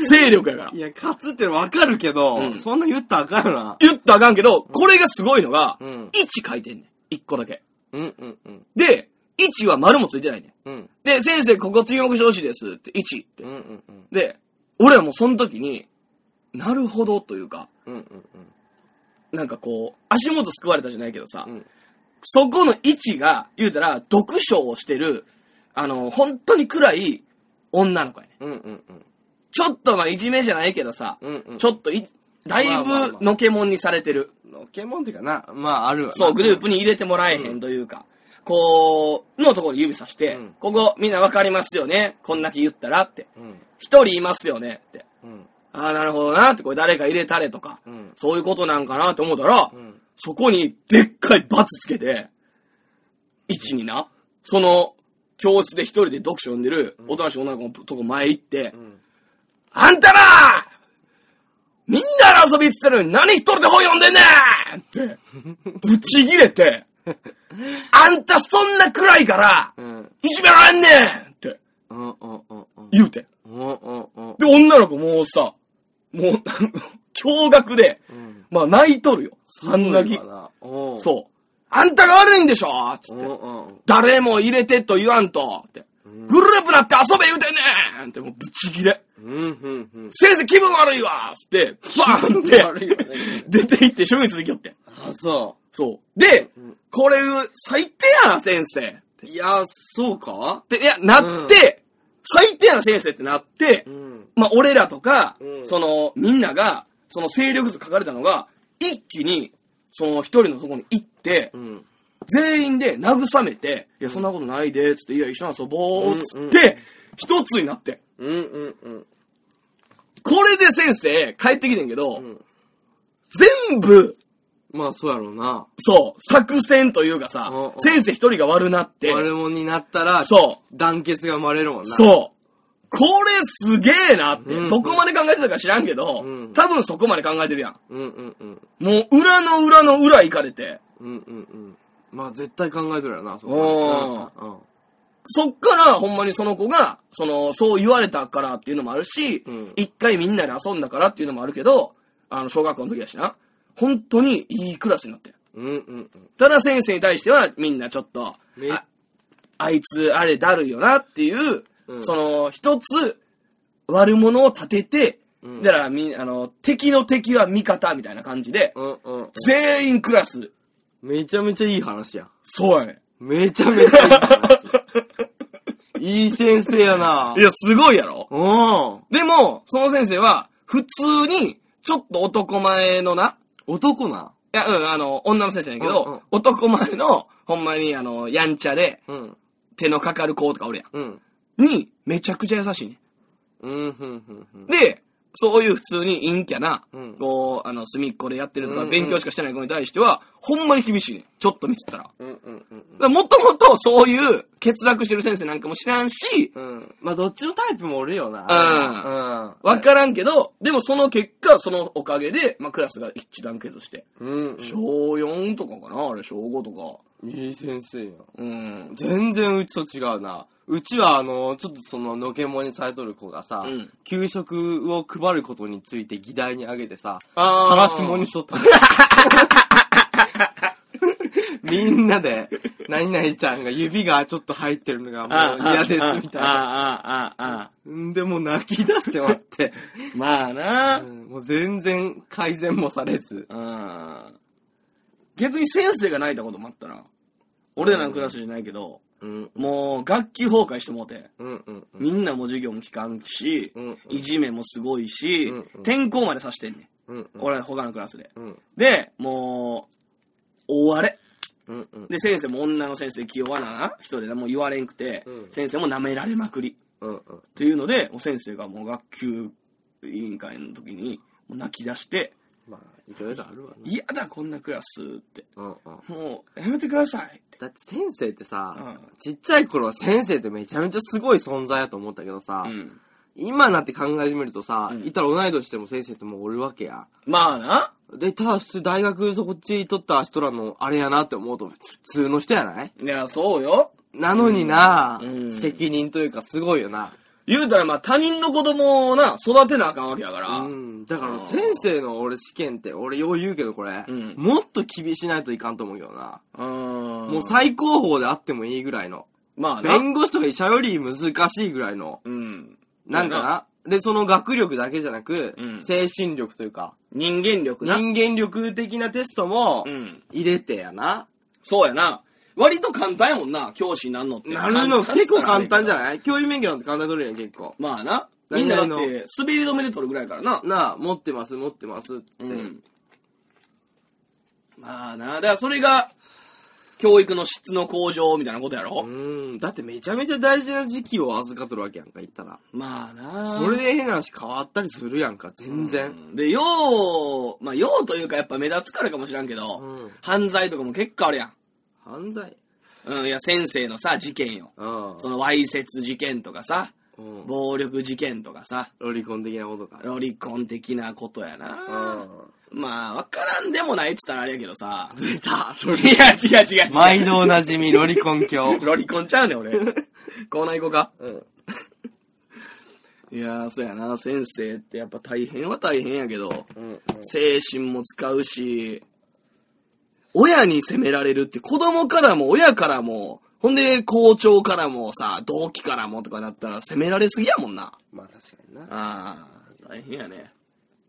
勢力やから。 いや、勝つってわかるけど、うん、そんな言ったらあかんよな。 言ったらあかんけど、これがすごいのが、うん、いち書いてんねん。いっこだけ。うんうんうん。で、いちは丸もついてないねん。うん、で、先生、ここ注目してほしいですって、いちって、うんうんうん。で、俺はもうその時に、なるほどというか、うんうんうん、なんかこう、足元救われたじゃないけどさ、うん、そこのいちが、言うたら、読書をしてる、あの、本当に暗い女の子やね。うんうんうん。ちょっとまあいじめじゃないけどさ、うんうん、ちょっとい、だいぶのけもんにされてる。 のけもんっていうかな、まああるわな。 そう、グループに入れてもらえへんというか、うん、こう、のところに指さして、うん、ここみんなわかりますよね、こんだけ言ったらって。一、うん、人いますよねって。うん、ああ、なるほどなって、これ誰か入れたれとか、うん、そういうことなんかなって思ったら、うん、そこにでっかいバツつけて、いちにな、その、教室で一人で読書読んでる、おとなしい女の子のとこ前行って、うん、あんたらみんなで遊びって言ってるのに何一人で本読んでんねんって、ぶち切れて、 あんたそんな暗いから、うん、いじめられんねんって、言うて。で、女の子もうさ、もう、驚愕で、うん、まあ泣いとるよ。あんなぎ。そう。あんたが悪いんでしょつって。誰も入れてと言わんと。って。グループなって遊べ言うてんねんって、もうぶち切れ。先生気分悪いわつって、バーンって出て行って職員続きよって。 あ、そう。 そう。で、これ、最低やな、先生。 いや、そうかで、いや、なって、最低やな、先生ってなって、まあ、俺らとか、その、みんなが、その勢力図書かれたのが、一気に、その一人のとこに行って、うん、全員で慰めて、いや、そんなことないで、つって、いや、一緒に遊ぼう、つって、一つになって。うんうんうん。これで先生、帰ってきてんけど、うん、全部、 まあ、そうやろうな。 そう、作戦というかさ、うんうん、先生一人が悪なって。 悪者になったら、 そう。 団結が生まれるもんな。 そう。これすげえなって、うんうん、どこまで考えてたか知らんけど、うん、多分そこまで考えてるやん。うんうんうん、もう裏の裏の裏行かれて。うんうんうん。まあ絶対考えてるやな、そこ、うんうん、 そっからほんまにその子が、その、そう言われたからっていうのもあるし、うん、一回みんなで遊んだからっていうのもあるけど、あの、小学校の時やしな、本当にいいクラスになって。うんうんうん、ただ先生に対してはみんなちょっと、あ、あいつあれだるいよなっていう、うん、その、一つ、悪者を立てて、うん、だから、み、あの、敵の敵は味方みたいな感じで、うんうんうん、全員クラス。 めちゃめちゃいい話や。 そうやね。 めちゃめちゃいい話。いい先生やな。 いや、すごいやろ。うん。でも、その先生は、普通に、ちょっと男前のな。 男な。 いや、うん、あの、女の先生やけど、うんうん、男前の、ほんまに、あの、やんちゃで、うん、手のかかる子とかおるやん。うんに、めちゃくちゃ優しいね。うん、うん、うん、うん。で、そういう普通に陰キャな、うん、こう、あの、隅っこでやってるとか、うんうん、勉強しかしてない子に対しては、ほんまに厳しいね。ちょっと見つったら。うん、うん、うん。もともとそういう欠落してる先生なんかも知らんし、 うん。まあ、どっちのタイプもおるよな。 うん。うん。わからんけど、でもその結果、そのおかげで、まあ、クラスが一致団結して。うん、うん。小よんとかかなあれ、小ごとか。 いい先生や。うん。全然うちと違うな。うちはあの、ちょっとその、のけもにされとる子がさ、うん、給食を配ることについて議題に挙げてさ、さらしもにしとった。みんなで、何々ちゃんが指がちょっと入ってるのがもう嫌ですみたいな。ああ、ああ、あんでもう泣き出してもらって。 まあな、 うん、もう全然改善もされず。うん、 逆に先生が泣いたこともあったな。俺らのクラスじゃないけど、うん、もう学級崩壊してもうて、うんうんうん、みんなも授業も聞かんし、うんうん、いじめもすごいし、うんうん、転校までさしてんねん、うんうん、俺他のクラスで、うん、でもう大荒れ、うんうん、で先生も女の先生気弱な人でもう言われんくて、うん、先生も舐められまくり、うんうん、っていうのでもう先生がもう学級委員会の時にもう泣き出して、 まあ、いろいろあるわね。 嫌だ、こんなクラスって。うんうん、もう、やめてくださいって。 だって先生ってさ、うん、ちっちゃい頃は先生ってめちゃめちゃすごい存在やと思ったけどさ、うん、今なって考えてみるとさ、うん、いたら同い年でも先生ってもうおるわけや。 まあな。 で、ただ普通大学そこっち取った人らのあれやなって思うと普通の人やない？ いや、そうよ。 なのにな、うん、責任というかすごいよな。 言うたらまあ他人の子供をな、育てなあかんわけやから。 うん。だから先生の俺試験って俺よう言うけどこれ、うん、もっと厳しないといかんと思うけどな。うん。もう最高峰であってもいいぐらいの。まあな。弁護士とか医者より難しいぐらいの。うん。なんかな。で、その学力だけじゃなく、うん、精神力というか。 人間力な。 人間力的なテストも、入れてやな。うん、 そうやな。割と簡単やもんな、教師になんのって。 なるの結構簡単じゃない？教員免許なんて簡単に取れるやん、結構。 まあな。みんなだって、滑り止めで取るぐらいからな。 なあ、持ってます、持ってますって。うん。 まあな、だからそれが、教育の質の向上みたいなことやろ？ うん。だってめちゃめちゃ大事な時期を預かっとるわけやんか、言ったら。 まあな。 それで変な話変わったりするやんか、全然。うん、 で、よう、まあようというかやっぱ目立つからかもしらんけど、うん、犯罪とかも結構あるやん。 犯罪？ うん、いや、先生のさ、事件よ。うん。その、わいせつ事件とかさ、うん、暴力事件とかさ。 ロリコン的なことか。 ロリコン的なことやな。うん。 まあ、わからんでもないって言ったらあれやけどさ。 出た。 いや、違う違う違う。 毎度おなじみ、ロリコン教。 ロリコンちゃうねん、俺。コーナー行こうか。うん。いやー、そうやな。先生ってやっぱ大変は大変やけど、うんうん、精神も使うし、親に責められるって子供からも親からも、ほんで校長からもさ、同期からもとかなったら責められすぎやもんな。 まあ確かにな。ああ、大変やね。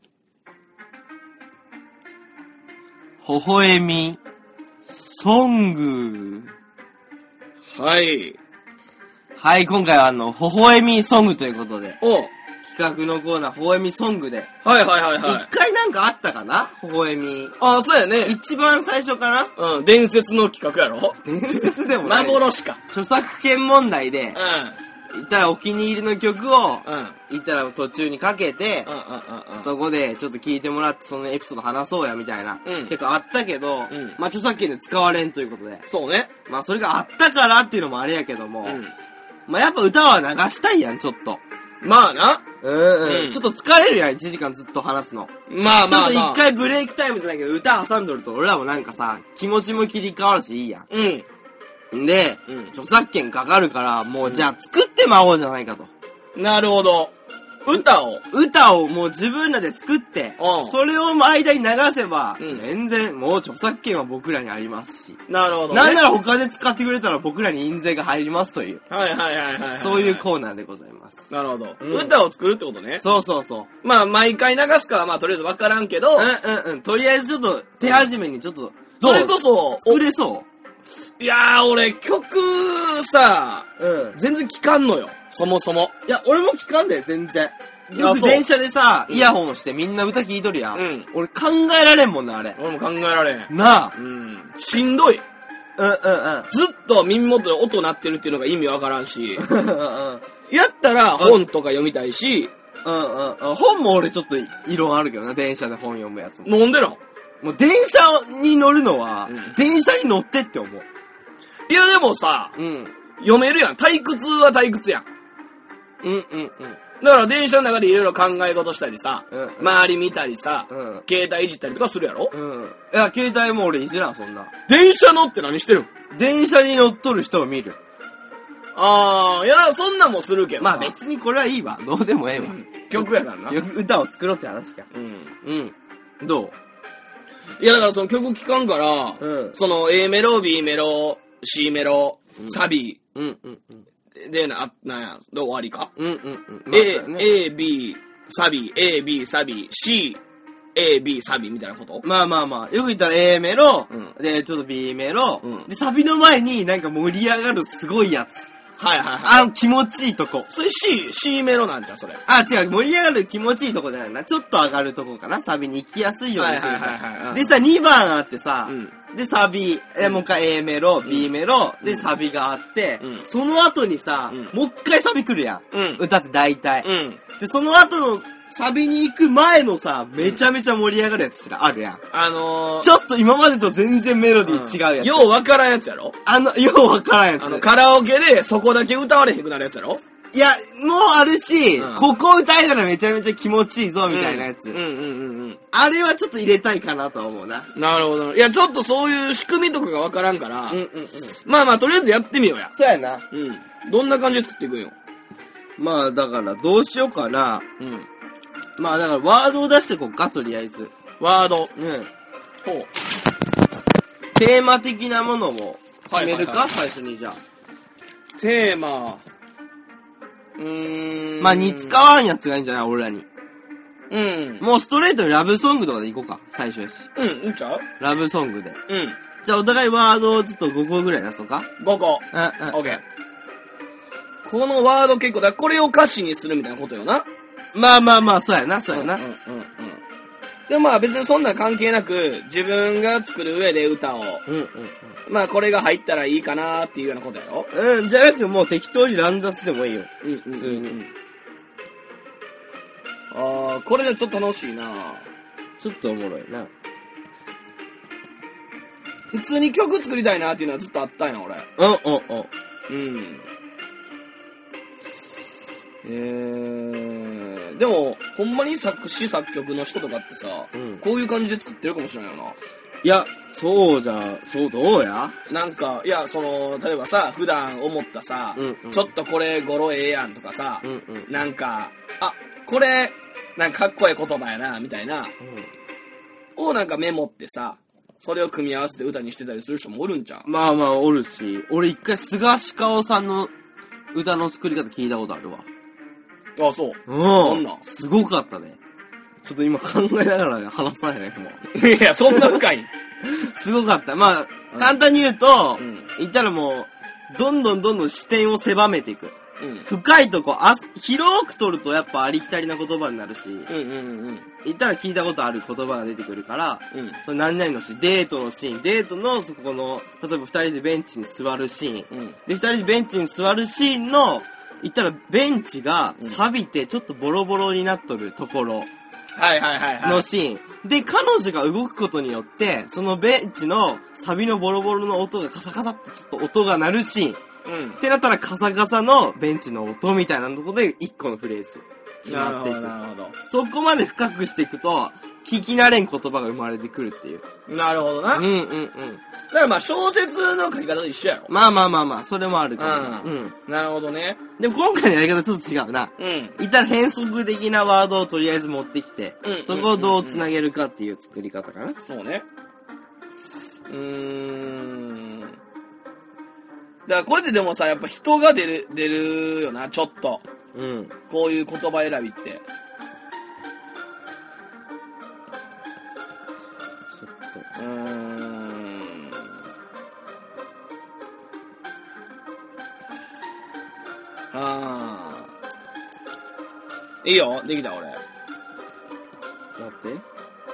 微笑み、ソング。 はい。 はい、今回はあの、微笑みソングということで。 お企画のコーナー、微笑みソングで。 はいはいはいはい。 一回なんかあったかな微笑み。 ああ、そうやね。 一番最初かなうん、伝説の企画やろ伝説でもない。 幻か。 著作権問題で、うん。言ったらお気に入りの曲を、うん。言ったら途中にかけて、うんうんうんうん。そこでちょっと聞いてもらってそのエピソード話そうやみたいな。うん。結構あったけど、うん。まあ著作権で使われんということで。 そうね。 まあそれがあったからっていうのもあれやけども、うん。まあやっぱ歌は流したいやん、ちょっと。 まあな。 うんうん。うん、ちょっと疲れるやん、いちじかんずっと話すの。 まあまあ、まあ。 ちょっと一回ブレイクタイムじゃないけど、歌挟んどると俺らもなんかさ、気持ちも切り替わるしいいやん。うん。で、うん、著作権かかるから、もうじゃあ作ってまおうじゃないかと。 なるほど。歌を歌をもう自分らで作って、うん、それを間に流せば、うん、全然もう著作権は僕らにありますし。 なるほど、ね。 なんなら他で使ってくれたら僕らに印税が入りますという。 はいはいはいはい、はい。 そういうコーナーでございます。 なるほど。うん、歌を作るってことね。 そうそうそう。 まあ毎回流すかはまあとりあえずわからんけど。 うんうんうん。とりあえずちょっと手始めにちょっと。 それこそ。 作れそういやー俺曲さ、うん。全然聞かんのよ。そもそも。 いや、俺も聞かんだよ、全然。よく電車でさ、イヤホンしてみんな歌聞いとるやん。うん。俺考えられんもんな、あれ。 俺も考えられん。 なあ。 うん。しんどい。 うんうんうん。 ずっと耳元で音鳴ってるっていうのが意味わからんし。うんうん。やったら本とか読みたいし。 うんうんうん。本も俺ちょっと異論あるけどな、電車で本読むやつも。 なんでなんもう電車に乗るのは、うん、電車に乗ってって思う。 いやでもさ、うん。読めるやん。退屈は退屈やん。 うんうんうん。 だから電車の中でいろいろ考え事したりさ、うん、周り見たりさ、うん、携帯いじったりとかするやろうん。いや、携帯も俺いじらん、そんな。 電車乗って何してるん電車に乗っとる人を見る。 あー、いや、そんなんもするけどまあ別にこれはいいわ。どうでもええわ。うん、 曲やからな。 歌を作ろうって話か。うん。うん。どういや、だからその曲聴かんから、うん、その A メロ、B メロ、C メロ、サビ、うんうんうん、で、な、なんや、で終わりか、うんうんうんまあ A、A、B、サビ、A、B、サビ、C、A、B、サビみたいなことまあまあまあ、よく言ったら A メロ、うん、で、ちょっと B メロ、うん、で、サビの前になんか盛り上がるすごいやつ。 はいはいはい。 あの気持ちいいとこ。 それ C、C メロなんじゃん、それ。 あ、違う、盛り上がる気持ちいいとこじゃないな。ちょっと上がるとこかな。サビに行きやすいようにする。はいはいはいはい。でさ、にばんあってさ、うん、で、サビ、え、もう一回 A メロ、B メロ、うん、で、サビがあって、うん、その後にさ、うん、もう一回サビ来るやん。うん、歌って大体。うん、で、その後の、サビに行く前のさ、めちゃめちゃ盛り上がるやつあるやん。 あのー、 ちょっと今までと全然メロディー違うやつ。うん、 ようわからんやつやろあの、ようわからんやつ。 あの、カラオケでそこだけ歌われへんくなるやつやろいや、もうあるし、うん、ここ歌えたらめちゃめちゃ気持ちいいぞ、みたいなやつ。うん、うん、うんうんうんあれはちょっと入れたいかなと思うな。 なるほど。いや、ちょっとそういう仕組みとかがわからんから、うんうんうん。まあまあ、とりあえずやってみようや。 そうやな。 うん。どんな感じで作っていくんよ。 まあ、だから、どうしようかな。うん。まあだからワードを出していこうか、とりあえず。 ワード。 うん。ほう。テーマ的なものも決めるか、はいはいはい、最初にじゃあ。 テーマ。うーん。 まあ似使わんやつがいいんじゃない俺らに。 うん。 もうストレートにラブソングとかでいこうか、最初やし。 うん、いいんちゃうラブソングで。 うん。 じゃあお互いワードをちょっとごこぐらい出そうか。 ごこ。 うん、うん。 オッケー。このワード結構だ、これを歌詞にするみたいなことよな。 まあまあまあ、そうやな、そうやな。うんうんうん。 でもまあ別にそんな関係なく、自分が作る上で歌を、うんうんうん。まあこれが入ったらいいかなーっていうようなことやろうん、じゃなくてもう適当に乱雑でもいいよ。うんうん、うん。普通に。 あー、これでちょっと楽しいなちょっとおもろいな。 普通に曲作りたいなっていうのはずっとあったんや、俺。 うんうんうん。 うん。えー、 でも、ほんまに作詞作曲の人とかってさ、うん、こういう感じで作ってるかもしれないよな。 いや、そうじゃ、そうどうやなんか、いや、その、例えばさ、普段思ったさ、うんうん、ちょっとこれ語呂ええやんとかさ、うんうん、なんか、あ、これ、なんかかっこいい言葉やな、みたいな、うん、をなんかメモってさ、それを組み合わせて歌にしてたりする人もおるんちゃう？ まあまあ、おるし、俺一回菅鹿尾さんの歌の作り方聞いたことあるわ。 あ、そう。 うん。どんな？すごかったね。ちょっと今考えながら話さないね、もう。いや、そんな深い。 すごかった。まあ、うん、簡単に言うと、うん、言ったらもう、どんどんどんどん視点を狭めていく。うん、深いとこ、あ、広く取るとやっぱありきたりな言葉になるし、うんうんうん、言ったら聞いたことある言葉が出てくるから、うん、その何々のシーン、デートのシーン、デートのそこの、例えば二人でベンチに座るシーン、うん、で、二人でベンチに座るシーンの、言ったらベンチが錆びてちょっとボロボロになっとるところはいはいはいはいのシーン。で、彼女が動くことによって、そのベンチの錆びのボロボロの音がカサカサってちょっと音が鳴るシーン。うん。ってなったらカサカサのベンチの音みたいなところで一個のフレーズ。 なるほど、なるほど。 そこまで深くしていくと、聞き慣れん言葉が生まれてくるっていう。 なるほどな。 うんうんうん。 だからまあ小説の書き方と一緒やろ。 まあまあまあまあ、それもあるから。 うん。うん、なるほどね。 でも今回のやり方ちょっと違うな。うん。一旦変則的なワードをとりあえず持ってきて、うん、そこをどう繋げるかっていう作り方かな。 そうね。うーん。だからこれででもさ、やっぱ人が出る、出るよな、ちょっと。うん。こういう言葉選びって。うーん。ああ。いいよ、できた俺。 待って。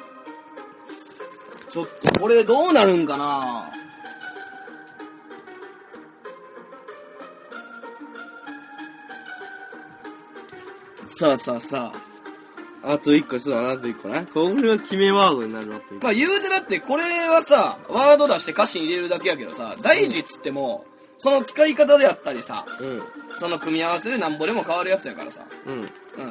ちょっとこれどうなるんかな。さあさあさあ。 あと一個、ちょっとあと一個ね。これは決めワードになるわけ。 まあ言うてだってこれはさ、ワード出して歌詞に入れるだけやけどさ、大事っつっても、うん、その使い方であったりさ、うん、その組み合わせでなんぼでも変わるやつやからさ。うん。うん。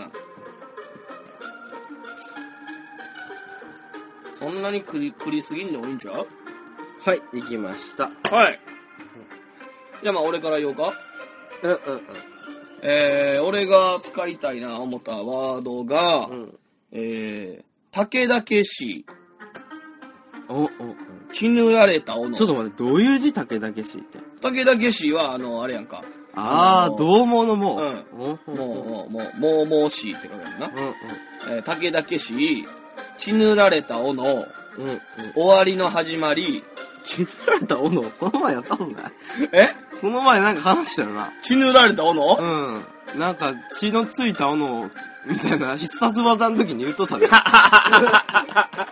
そんなに繰り、繰りすぎんでもいいんちゃう？ はい、行きました。 はい。じゃあまあ俺から言おうか。うんうんうん。えー、俺が使いたいな思ったワードが、うん、えー、武田家氏。お、お、お。血塗られた斧。 ちょっと待って、どういう字武田家氏って。 武田家氏は、あの、あれやんか。 あー、どうものも。 うん。もう、もう、もう、もう、もうしって書くやんな。うんうん。えー、武田家氏、血塗られた斧、うんうん、終わりの始まり。 血塗られた斧この前やったもんな。 えこの前なんか話したよな。 血塗られた斧？ うん。なんか血のついた斧みたいな必殺技の時に言うとったで。いやだから、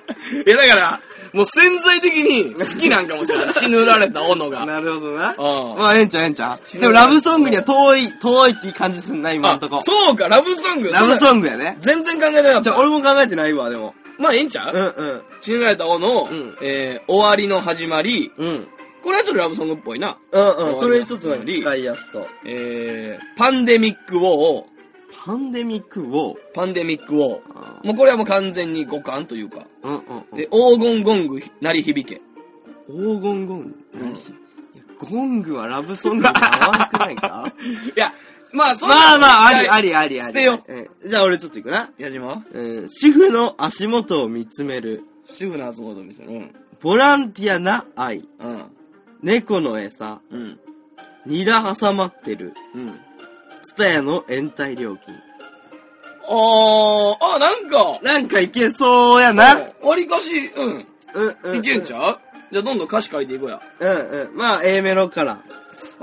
もう潜在的に好きなんかもしれない。血塗られた斧が。 なるほどな。うん。まあええんちゃうええんちゃう。でもラブソングには遠い、遠いっていう感じすんな、今んとこ。 そうか、ラブソング。 ラブソングやね。 全然考えてなかった。 じゃあ俺も考えてないわ、でも。 まあ、いいんちゃう？うんうん。血塗られた斧、うん、えー、終わりの始まり、うん。これはちょっとラブソングっぽいな。 うんうん。それちょっとなんか使いやすそう。 えー、パンデミックウォー。 パンデミックウォーパンデミックウォー。もうこれはもう完全に五感というか。うんうん、うん。で、黄金ゴング鳴り響け。 黄金ゴング鳴り響け。ゴングはラブソングに合わなくないかいや、まあ、そんなまあまあ、ありありありあり。 捨てよう。じゃあ俺ちょっと行くな。 矢島うん。主婦の足元を見つめる。 主婦の足元を見つめる。うん。 ボランティアな愛。うん。猫の餌。うん。ニラ挟まってる。うん。ツタヤの延滞料金。 あー、あ、なんか。 なんかいけそうやな。 わりかし、うん。うんうん。いけんちゃう？じゃあどんどん歌詞書いていこうや。 うんうん。まあ、A メロから。うん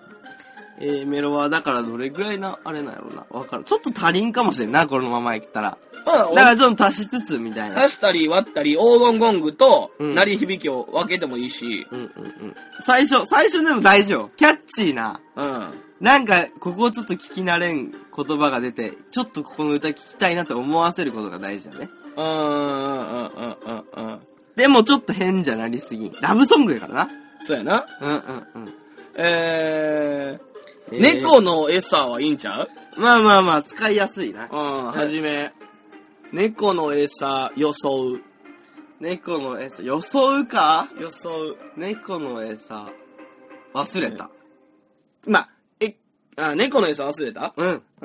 。A メロは、だからどれぐらいな、あれなんやろうな。わかる。ちょっと足りんかもしれんな、このままいったら。うん。だからちょっと足しつつ、みたいな。 足したり割ったり、黄金ゴングと、鳴り響きを分けてもいいし。うんうんうん。 最初、最初でも大丈夫。キャッチーな。うん。なんか、ここちょっと聞き慣れん言葉が出て、ちょっとここの歌聞きたいなと思わせることが大事だね。うんうんうんうんうんうん。でもちょっと変じゃなりすぎ。ラブソングやからな。 そうやな。うんうんうん。えー、猫の餌はいいんちゃう？ まあまあまあ、使いやすいな。 うん、はじめ。猫の餌、装う。 猫の餌、装うか装う。 猫の餌、忘れた。 まあ、え、あ、猫の餌忘れた？ うん。 うん。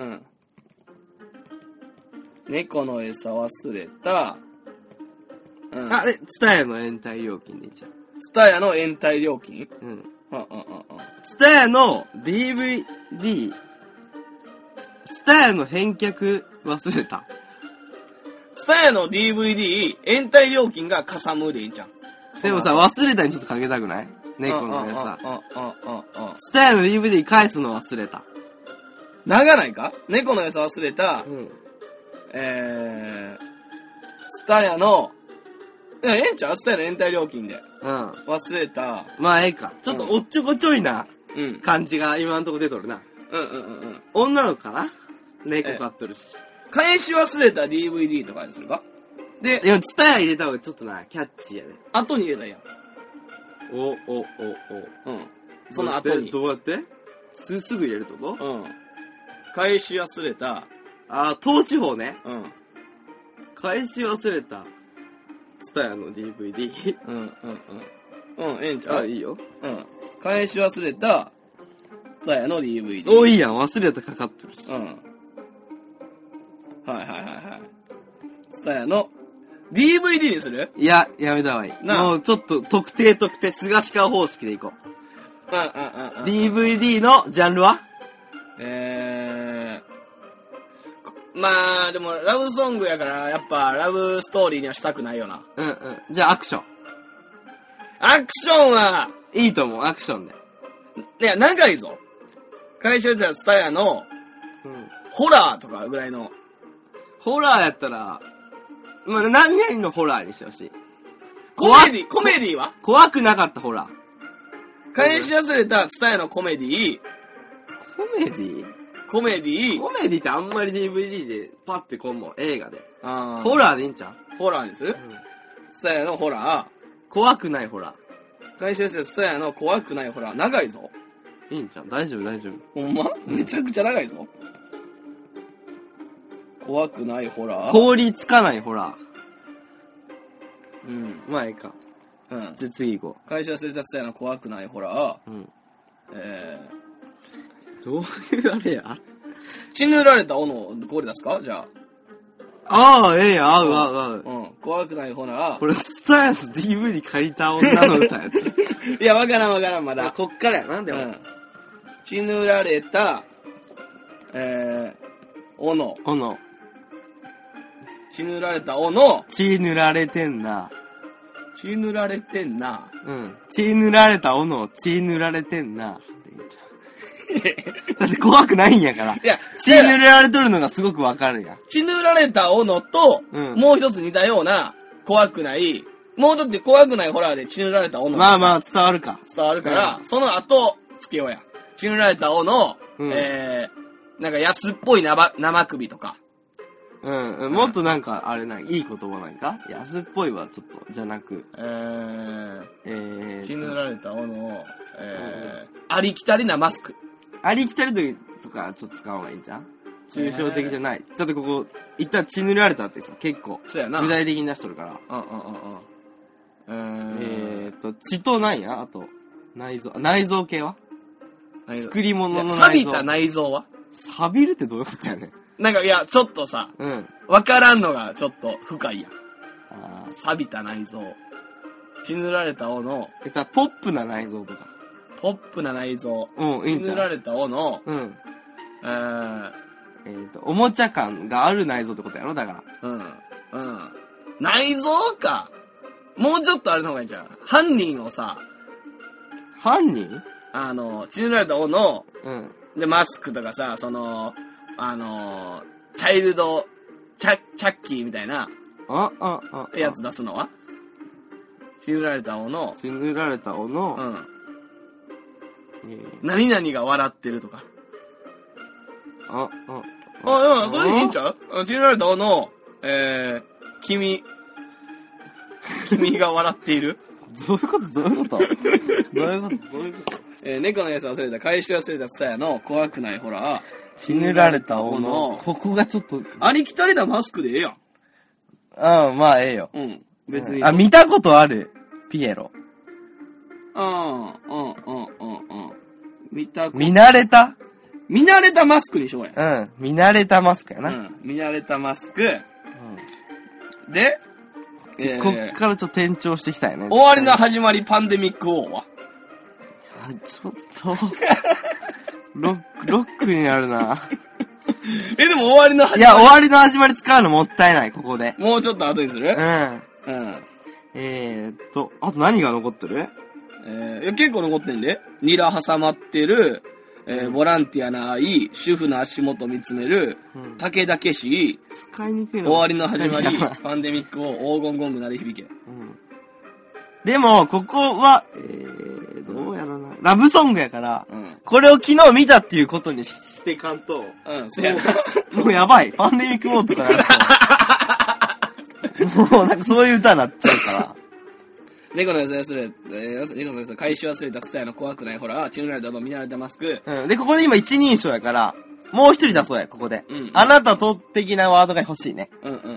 猫の餌忘れた。 うん。あ、え、ツタヤの延滞料金でいいじゃん。 ツタヤの延滞料金？ うん。 うんうんうんうん。 ツタヤの ディーブイディー、ツタヤの返却忘れた。 ツタヤの ディーブイディー、延滞料金がかさむでいいじゃん。 でもさ、忘れたにちょっとかけたくない？猫の餌。ツタヤの ディーブイディー 返すの忘れた。 長ないか？猫の餌忘れた。 うん。 えー、ツタヤの、いや、ええんちゃう？ツタヤの延滞料金で。 うん。 忘れた。 まあ、ええか。ちょっとおっちょこちょいな、 うん。 感じが今んとこ出とるな。 うんうんうんうん。 女の子かな？猫飼っとるし。 返し忘れた ディーブイディー とかにするか？で、 でも、ツタヤ入れた方がちょっとな、キャッチーやね。 後に入れたらいいやん。お、お、お、お。 うん。その後に。 どうやってす、すぐ入れるってこと？ うん。返し忘れた。 あー、統治法ね。 うん。 返し忘れた。ツタヤの ディーブイディー。 うん、うん、うん。うん、ええんちゃう？ あ、いいよ。 うん。返し忘れた、ツタヤの ディーブイディー。 お、いいやん。忘れたかかってるし。 うん。はいはいはいはい。ツタヤの ディーブイディー にする？ いや、やめた方がいい。もうちょっと特定特定、菅鹿方式でいこう。うんうんうんうん。 ディーブイディー のジャンルは？ えー。まあ、でも、ラブソングやから、やっぱ、ラブストーリーにはしたくないよな。 うんうん。じゃあ、アクション。 アクションは、 いいと思う、アクションで。 いや、長いぞ。会社でツタヤの、うん、ホラーとかぐらいの。 ホラーやったら、まあ、何々のホラーにしてほしい。 コメディ、コメディは？ 怖くなかったホラー。 返し忘れたツタヤのコメディ。 コメディ？ コメディ。 コメディってあんまり ディーブイディー でパッてこんもん、映画で。 あホラーでいいんちゃう？ ホラーにする？ツタヤのホラー。怖くないホラー。返し忘れたツタヤの怖くないホラー。長いぞ。 いいんちゃう？大丈夫大丈夫。 ほんま？めちゃくちゃ長いぞ。怖くないホラー。 凍りつかないホラー。うん。 まあいいか。 うん。 じゃ次行こう。会社忘れたツタヤの怖くないホラー。うん。 えー。どういうあれや？ 血塗られた斧、これ出すか？じゃあ。ああ、ええや、合う合う合う。 うん。怖くないホラー。 これ、スタヤの ディーブイディー 借りた女の歌やで。いや、わからんわからん、まだ。 こっからや、なんでも。 うん。血塗られた、えー、斧。 斧。 血塗られた斧。 血塗られてんな。 血塗られてんな。 うん。血塗られた斧、血塗られてんな。だって怖くないんやから。いや、血塗られとるのがすごくわかるやん。 血塗られた斧と、うん、もう一つ似たような、怖くない、もうだって怖くないホラーで血塗られた斧。 まあまあ伝わるか。 伝わるから、うん、その後、つけようや。血塗られた斧、うん、えー、なんか安っぽい生、生首とか。 うん、うん、もっとなんか、あれなん、いい言葉なんか安っぽいはちょっと、じゃなく。 えー、 えー、 血塗られた斧、えー、ありきたりなマスク。 ありきたりとかちょっと使う方がいいんじゃん？抽象的じゃない。ちょっとここ、一旦血塗られたってさ、結構、 そうやな。 具体的に出しとるから。 うんうんうんうん。 えーっと、血とないやあと、内臓、内臓系は作り物の内臓。 錆びた内臓は錆びるってどういうことやねん。 なんか、いや、ちょっとさ、 うん。 わからんのがちょっと深いやん。 あ錆びた内臓。血塗られた斧。 えっと、ポップな内臓とか。 ポップな内臓。 うん、いいんちゃう？ 血塗られた斧。 うん。 えー、 えーと、おもちゃ感がある内臓ってことやろだから。 うん。うん。内臓か。もうちょっとあれの方がいいんじゃん。犯人をさ。 犯人？ あの、血塗られた斧。 うん。 で、マスクとかさ、その、あの、チャイルド、チャ、チャッキーみたいな。 あ、あ、あ。 やつ出すのは血塗られた斧。 血塗られた斧。 うん。何々が笑ってるとか。 あ、あ、 あ、いや、それでいいんちゃう？血塗られた斧、えー、君、君が笑っている？ どういうことどういうことどういうことどういうことえー、猫のやつ忘れた、返し忘れたツタヤの怖くないホラー。 死ぬられた斧の、ここがちょっと。 ありきたりなマスクでええやん。 うん、まあええよ。 うん。別に。 あ、見たことある。ピエロ。 うん、うん、うん、うん、うん。見たこと。 見慣れた見慣れたマスクにしようや。うん。見慣れたマスクやな。 うん。見慣れたマスク。うん。で、 えー、こっからちょっと転調していきたいね。 終わりの始まりパンデミック王はあ、ちょっと、ロック、ロックになるな。 え、でも終わりの始まり。 いや、終わりの始まり使うのもったいない、ここで。 もうちょっと後にする？うん。 うん。えーっと、あと何が残ってる？ えー、結構残ってんで。ニラ挟まってる、えー、ボランティアな愛、主婦の足元見つめる、うん、武田けし、 使いにくいの終わりの始まり、パンデミックを黄金ゴング鳴り響け。うん。 でも、ここは、えー、どうやろうな。ラブソングやから、うん、これを昨日見たっていうことにしていかんと、 うん、そうやな。 もうやばい。パンデミックモードとかなると。もうなんかそういう歌になっちゃうから。 猫のやつ忘れ、えー、猫のやつ返し忘れたツタヤの怖くないホラー、血のられたの見慣れたマスク。 うん。で、ここで今一人称やから、もう一人出そうや、ここで。うん、うん。あなたと的なワードが欲しいね。 うんうんうん。うんうん。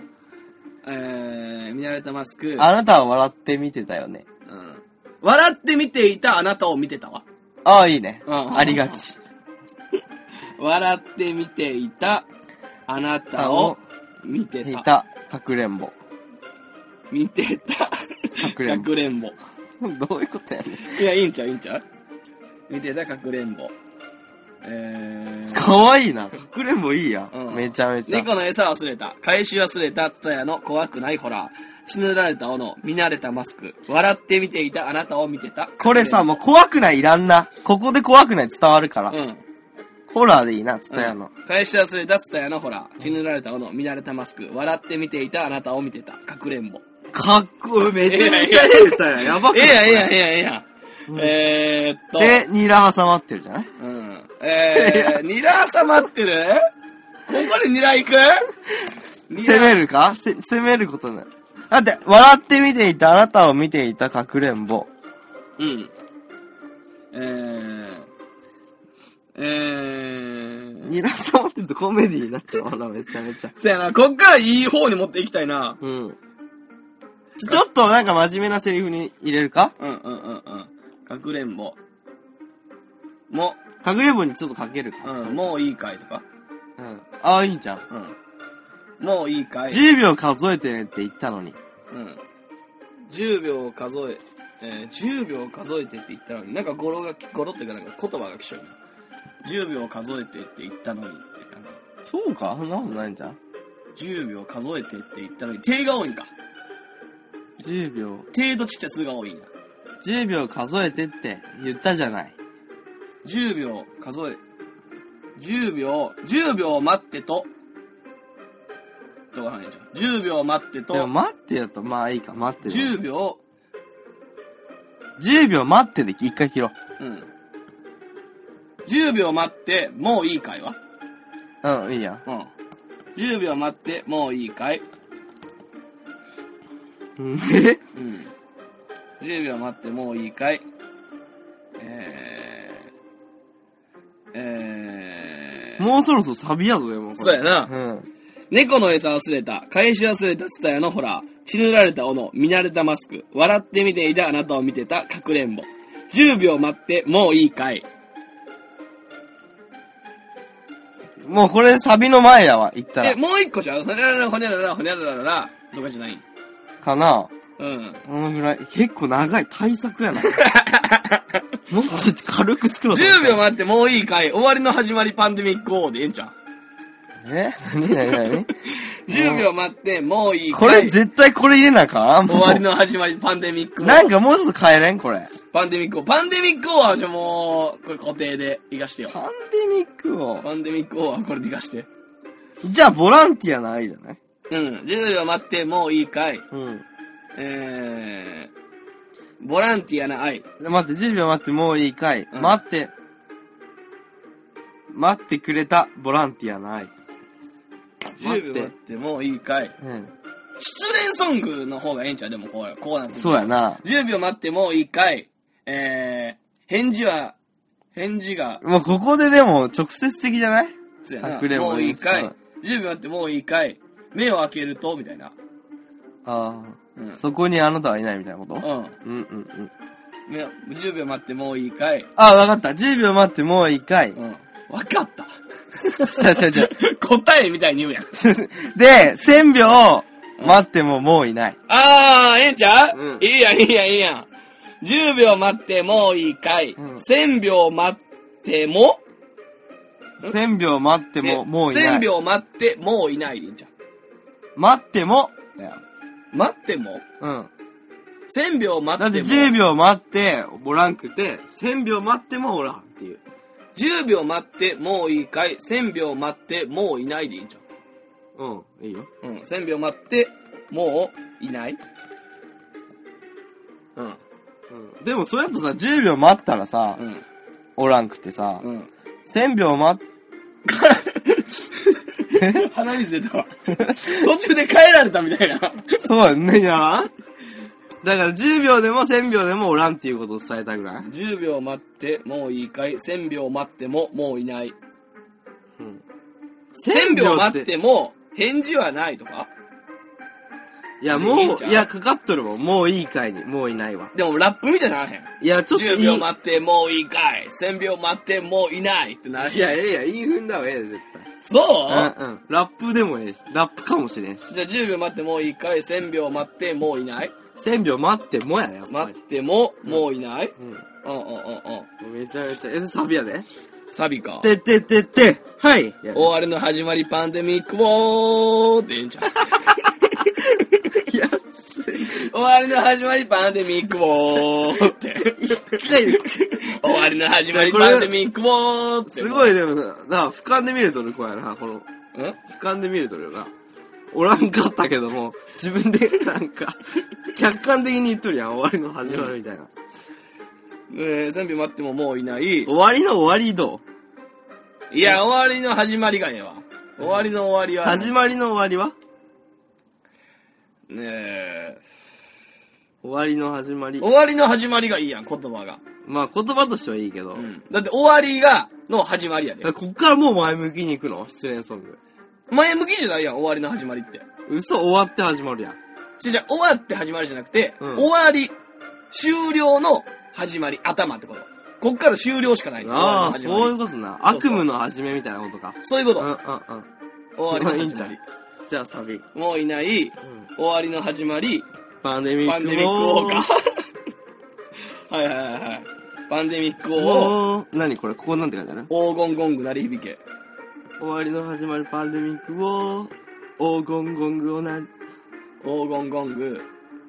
えー、見慣れたマスク。 あなたは笑って見てたよね。 うん。笑って見ていたあなたを見てたわ。 ああ、いいね。うん。ありがち。 笑って見ていたあなたを見てた。 見た、かくれんぼ。 見てた。かくれんぼ。かくれんぼ。 どういうことやねん。いや、いいんちゃういいんちゃう見てたかくれんぼ。えー。 かわいいな。かくれんぼいいや。うん。めちゃめちゃ。 猫の餌忘れた。返し忘れたツタヤの怖くないホラー。血塗られた斧。見慣れたマスク。笑って見ていたあなたを見てた。 これさ、もう怖くないいらんな。ここで怖くない伝わるから。うん。ホラーでいいな、ツタヤの。 うん、返し忘れたツタヤのホラー。血塗られた斧。見慣れたマスク。笑って見ていたあなたを見てた。かくれんぼ。 かっこいい。めちゃめちゃええ歌や。やばくない？ ええやん、ええやん、ええやん、ええやん。うん、えーっと。 で、ニラ挟まってるじゃない？ うん。えー、ニラ挟まってる？ここでニラ行く？ 攻めるか？せ、攻めることない。だって、笑って見ていたあなたを見ていたかくれんぼ。 うん。えー、えー。 ニラ挟まってるとコメディになっちゃうな、めちゃめちゃ。 そやな、こっからいい方に持っていきたいな。 うん。ちょっとなんか真面目なセリフに入れるか？ うんうんうんうん。かくれんぼ。も。 かくれんぼにちょっとかけるか。 うん、もういいかいとか。 うん。ああ、いいんじゃん。 うん。もういいかい。 じゅうびょう数えてねって言ったのに。 うん。じゅうびょう数え、えー、じゅうびょう数えてって言ったのに、なんか語呂が、語呂っていうかなんか言葉が来ちゃうな。じゅうびょう数えてって言ったのにって、なんか。 そうか？そんなことないんじゃん。 じゅうびょう数えてって言ったのに、手が多いんか。 じゅうびょう。 程度ちっちゃい数が多いんや。 じゅうびょう数えてって言ったじゃない。 じゅうびょう数え、じゅうびょう、じゅうびょう待ってと、とかないじゃん。じゅうびょう待ってと。 でも待ってやと、まあいいか、待って。 じゅうびょう。じゅうびょう待ってで一回切ろう。うん。じゅうびょう待って、もういいかいわ。 うん、いいや。 うん。じゅうびょう待って、もういいかい。 えうん。 じゅうびょう待ってもういいかい。えー、えー、もうそろそろサビやぞ、でも。 そうやな。 うん。 猫の餌忘れた。返し忘れたツタヤのホラー。血塗られた斧。見慣れたマスク。笑って見ていたあなたを見てたかくれんぼ。じゅうびょう待ってもういいかい。 もうこれサビの前やわ、言ったら。 え、もう一個じゃん。ほにゃららほにゃららほにゃらららとかじゃないかな。 うん。 このぐらい。結構長い対策やな。もっと軽く作ろうとじゅうびょう待ってもういいかい。終わりの始まりパンデミック王でええんちゃう？ え何何何じゅうびょう待ってもういいかい。 これ絶対これ入れなかん。 終わりの始まりパンデミック王。 なんかもうちょっと変えれんこれ。 パンデミック王。パンデミック王はじゃもう、これ固定でいかしてよ。 パンデミック王。 パンデミック王はこれでいかして。 じゃあボランティアの愛じゃない？ うん。じゅうびょう待ってもういいかい。 うん。 えー、ボランティアな愛。 待って、じゅうびょう待ってもういいかい。うん、待って、待ってくれたボランティアな愛。 じゅうびょう待ってもういいかい。 うん。 失恋ソングの方がええんちゃう？でもこう、こうなんて。 そうやな。 じゅうびょう待ってもういいかい。え返事は、返事が。 もうここででも直接的じゃない？ そうやな。もういいかい。じゅうびょう待ってもういいかい。目を開けると、みたいな。 ああ、うん。そこにあなたはいないみたいなこと？うん。うんうんうん。じゅうびょう待ってもういいかい。 ああ、わかった。じゅうびょう待ってもういいかい。うん。 わかった。 じゃじゃじゃ答えみたいに言うやん。 で、せんびょう待ってももういない。 ああ、ええんちゃう？うん。いいやん、いいやん、いいやん。じゅうびょう待ってもういいかい。うん、せんびょう待ってもせんびょう待ってももういない。 せんびょう待ってもういないでいいんちゃう？ 待ってもだよ。 待ってもうん。せんびょう待っても。 だってじゅうびょう待っておらんくて、せんびょう待ってもおらんっていう。 じゅうびょう待ってもういいかい。せんびょう待ってもういないでいいんちゃう？うん、いいよ。 うん。せんびょう待ってもういない。 うん。うん。でもそれだとさ、じゅうびょう待ったらさ、うん、おらんくてさ、うん、せんびょう待っ鼻水出たわ。途中で帰られたみたいな。 そうやねんや。だからじゅうびょうでもせんびょうでもおらんっていうことを伝えたくない？ じゅう 秒待ってもういいかい？ せん 秒待ってももういない。うん。せんびょう待っても返事はないとか？ いや、もう、いや、かかっとるもん。もういいかいに、もういないわ。 でも、ラップみたいにならへん。 いや、ちょっといい。 じゅうびょう待って、もういいかい。せんびょう待って、もういないってなる。 いや、ええや、いい踏んだわ、ええ、絶対。 そううんうん。ラップでもええし、ラップかもしれんし。 じゃあ、じゅうびょう待って、もういいかい。せんびょう待って、もういない。 せんびょう待ってもやね、やっぱり。 待っても、もういない。うん。うんうんうんうん。めちゃめちゃ、え、サビやで。 サビか。 てってってって、はい。 終わりの始まり、パンデミックウォーって言うんちゃう。終わりの始まりパンデミックウォーって。終わりの始まりパンデミックウォーって。 すごいでもな、な、俯瞰で見るとる子やな、この。ん俯瞰で見るとるよな。おらんかったけども、自分でなんか、客観的に言っとるやん、終わりの始まりみたいな。 えー、せんびょう待ってももういない。 終わりの終わりどう？いや、終わりの始まりがええわ。終わりの終わりは。 始まりの終わりは？ ねえ。 終わりの始まり。 終わりの始まりがいいやん、言葉が。 まあ言葉としてはいいけど。うん、 だって終わりが、の始まりやで。 こっからもう前向きに行くの？失恋ソング。 前向きじゃないやん、終わりの始まりって。 嘘、終わって始まるやん。 じゃあ終わって始まるじゃなくて、うん、終わり、終了の始まり、頭ってこと。こっから終了しかない。 ああ、そういうことな。悪夢の始めみたいなことか。 そういうこと。うんうんうん。終わりの始まり。 じゃあサビ。 もういない、うん、終わりの始まり、 パンデミックウォー。 パンデミックウォーか。はいはいはい。パンデミックウォー。 何これ、ここなんて書いてある？ 黄金ゴング鳴り響け。 終わりの始まりパンデミックウォー。黄金ゴングを鳴り。 黄金ゴング。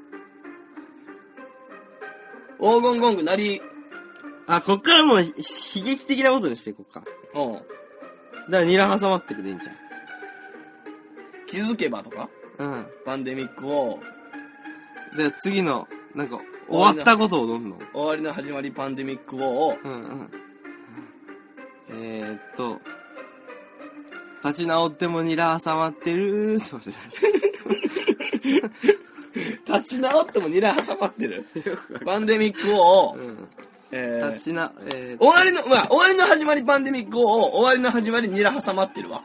黄金ゴング鳴り。 あ、こっからもう悲劇的なことにしていこっか。うん。だからニラ挟まってくでいいんじゃん。 気づけばとか？うん。パンデミックウォー。で、次の、なんか、終わったことをどんどん。 終わりの始まりパンデミックウォー。うんうん。 えー、っと、立ち直ってもニラ挟まってるー。そうじゃない。立ち直ってもニラ挟まってる。パンデミックウォー。うん。えー、 立ちな、えー、 終わりの、まあ、終わりの始まりパンデミックウォー、終わりの始まりニラ挟まってるわ。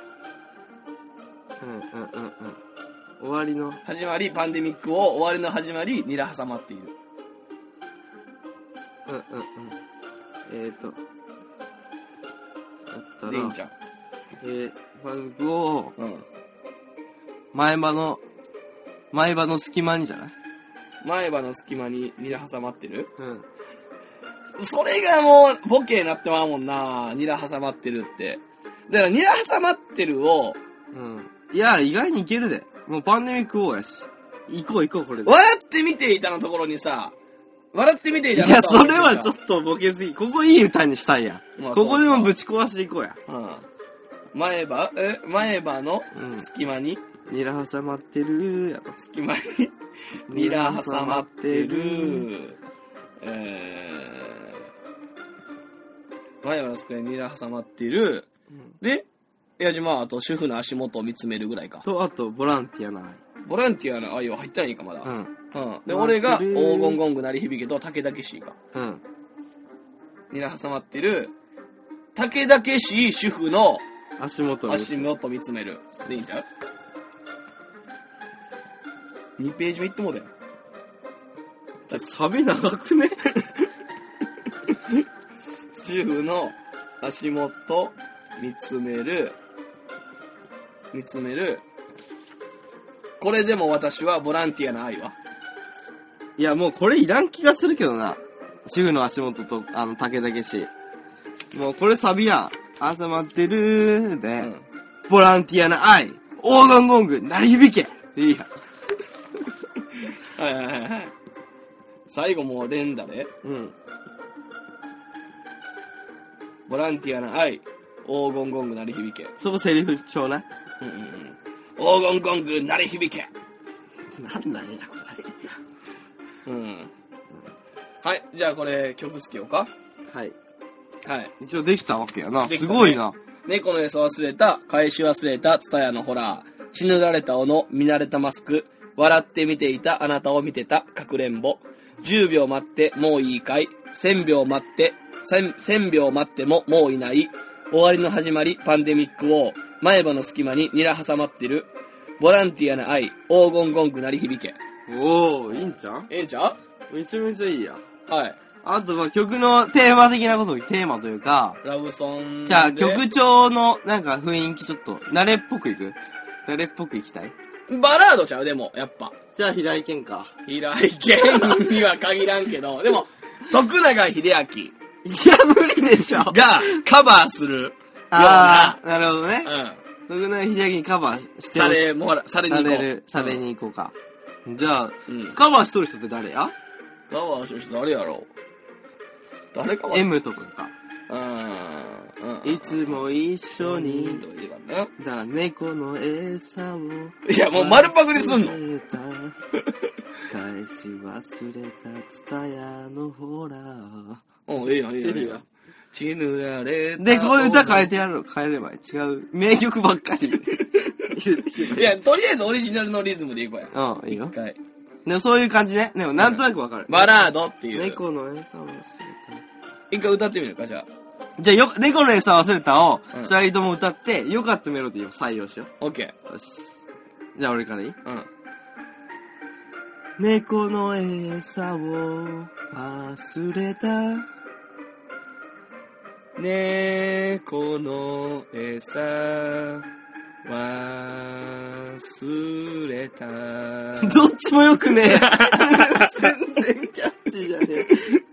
うんうんうんうん。終わりの始まりパンデミックウォー、終わりの始まりニラ挟まっている。 うんうんうん。えーと。だったら。 でいいんちゃう。 えー、パンデミックを、うん。前歯の、前歯の隙間にじゃない？ 前歯の隙間にニラ挟まってる？うん。それがもう、ボケになってまうもんな。ニラ挟まってるって。だから、ニラ挟まってるを、 うん。いや、意外にいけるで。もうパンデミック王やし。行こう行こう、これで。 笑ってみていたのところにさ、笑ってみていたのいや、それはちょっとボケすぎ。ここいい歌にしたいやん。まあ、ここでもぶち壊していこうや。うん。 前歯え前歯の隙間に、 うん、ニラ挟まってるやろ。 隙間に、ニラ挟まってる。えー、前歯の机にニラ挟まっている。うん、で、いやじゃあまあ、あと主婦の足元を見つめるぐらいか。 と、あと、ボランティアな愛。 ボランティアな愛は入ってないんか、まだ。うん。うん。で、俺が黄金ゴング鳴り響けと竹々しいか。うん。 にら挟まってる、武田家しい主婦の足元見足元見つめる。でいいんちゃう？ に ページ目いってもうだよ。 サビ長くね主婦の足元見つめる。見つめる。これでも私はボランティアな愛は？ いや、もうこれいらん気がするけどな。主婦の足元と、あの、武田家し。もうこれサビやん。集まってるーで、うん、ボランティアな愛、黄金ゴング、鳴り響けいいや。 はいはいはいはい。最後もう連打で。うん。ボランティアな愛、黄金ゴング鳴り響け。 そこセリフ帳な。 うんうんうん。黄金ゴング鳴り響け。 なんなんやこれ。うん。はい、じゃあこれ曲つけようか。 はい。 はい。 一応できたわけやな。ね、すごいな。 猫の餌忘れた、返し忘れた、ツタヤのホラー。血塗られた斧、見慣れたマスク。笑って見ていたあなたを見てた、かくれんぼ。じゅうびょう待って、もういいかい。せんびょう待って、せんびょう待っても、もういない。終わりの始まり、パンデミックウォー。前歯の隙間にニラ挟まってる。ボランティアな愛、黄金ゴング鳴り響け。 おー、いいんちゃん？ いいんちゃう？めちゃめちゃいいや。 はい。 あと、ま、曲のテーマ的なこと、テーマというか、 ラブソング。 じゃあ、曲調の、なんか雰囲気ちょっと、慣れっぽくいく？慣れっぽくいきたい？ バラードちゃうでも、やっぱ。 じゃあ、平井堅か。 平井堅には限らんけど、でも、徳永英明。いや、 無理でしょ。 が、カバーするような。 ああ、なるほどね。 うん。 徳永英明にカバーしてされ、もら、されに行こう。 される、されに行こうか。うん、じゃあ、うん、カバーしとる人って誰や？ カバーしとる人誰やろう？誰かは M とかか。 うん。 いつも一緒に、だ、猫の餌を。 いや、もう丸パクリすんの？ 返し忘れたツタヤのホラー。 おう、いいよ、いいよ、いいよ。血塗られた。 で、ここで歌変えてやる、変えればいい。違う。名曲ばっかり。 いや、とりあえずオリジナルのリズムでいこうや。 うん、いいよ。 一回。 でもそういう感じね。でもなんとなくわかる。 バラードっていう。 猫の餌を忘れた。 一回歌ってみるか、じゃあ。 じゃあ、よ、猫の餌忘れたを、二人とも歌って、よかったメロディーを採用しよう。オッケー。よし。じゃあ、俺からいい？ うん。 猫の餌を忘れた。 猫の餌忘れた。 どっちもよくねえ。全然キャッチーじゃねえ。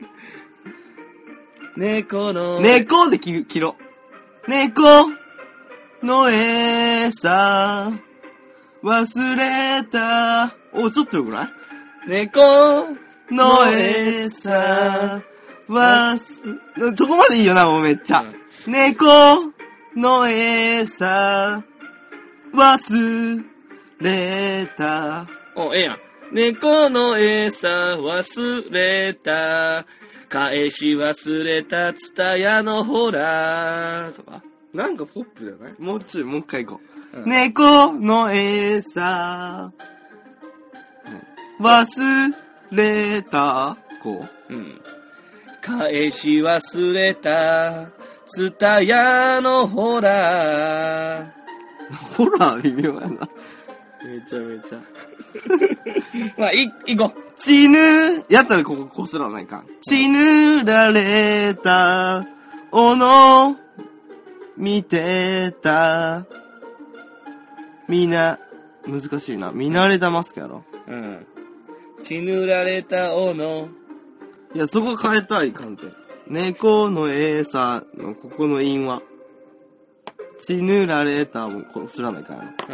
猫の猫で切ろう。猫の餌忘れた。お、ちょっとよくない？ 猫の餌忘れ、そこまでいいよな、もうめっちゃ。うん、猫の餌忘れた。 お、ええやん。猫の餌忘れた。返し忘れたツタヤのホラーとか。 なんかポップじゃない？もうちょい、もう一回行こう。うん、猫の餌、うん、忘れた。こう。うん。返し忘れたツタヤのホラー。 ホラー微妙やな。めちゃめちゃ。 まあ、い、いこう。 血ぬ、やったらこここすらないかん。血塗られた、斧、見てた。みな、難しいな。見慣れたマスクやろ。 うん。血塗られた斧。 いや、そこ変えたい観点。猫の餌のここの韻は。血塗られたもこすらないかんやろ。うん。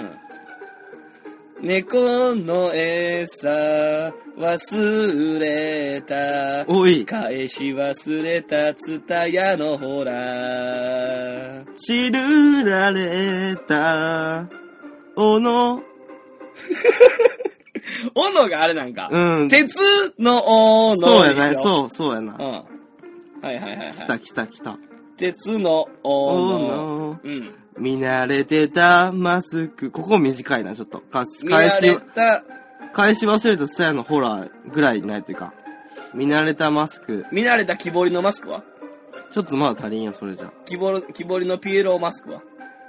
猫の餌忘れた。 おい。 返し忘れたツタヤのホラー。 血塗られた。斧。 斧があれなんか。 うん。 鉄の斧。 そうやな、そう、そうやな。 うん。はいはいはいはい。 来た来た来た。 鉄の斧。 うん。見慣れてたマスク。ここ短いな、ちょっと。返し、 見慣れた。 返し忘れたツタヤのホラーぐらいないというか。見慣れたマスク。 見慣れた木彫りのマスクはちょっとまだ足りんよ、それじゃ。 木彫り、木彫りのピエロマスクは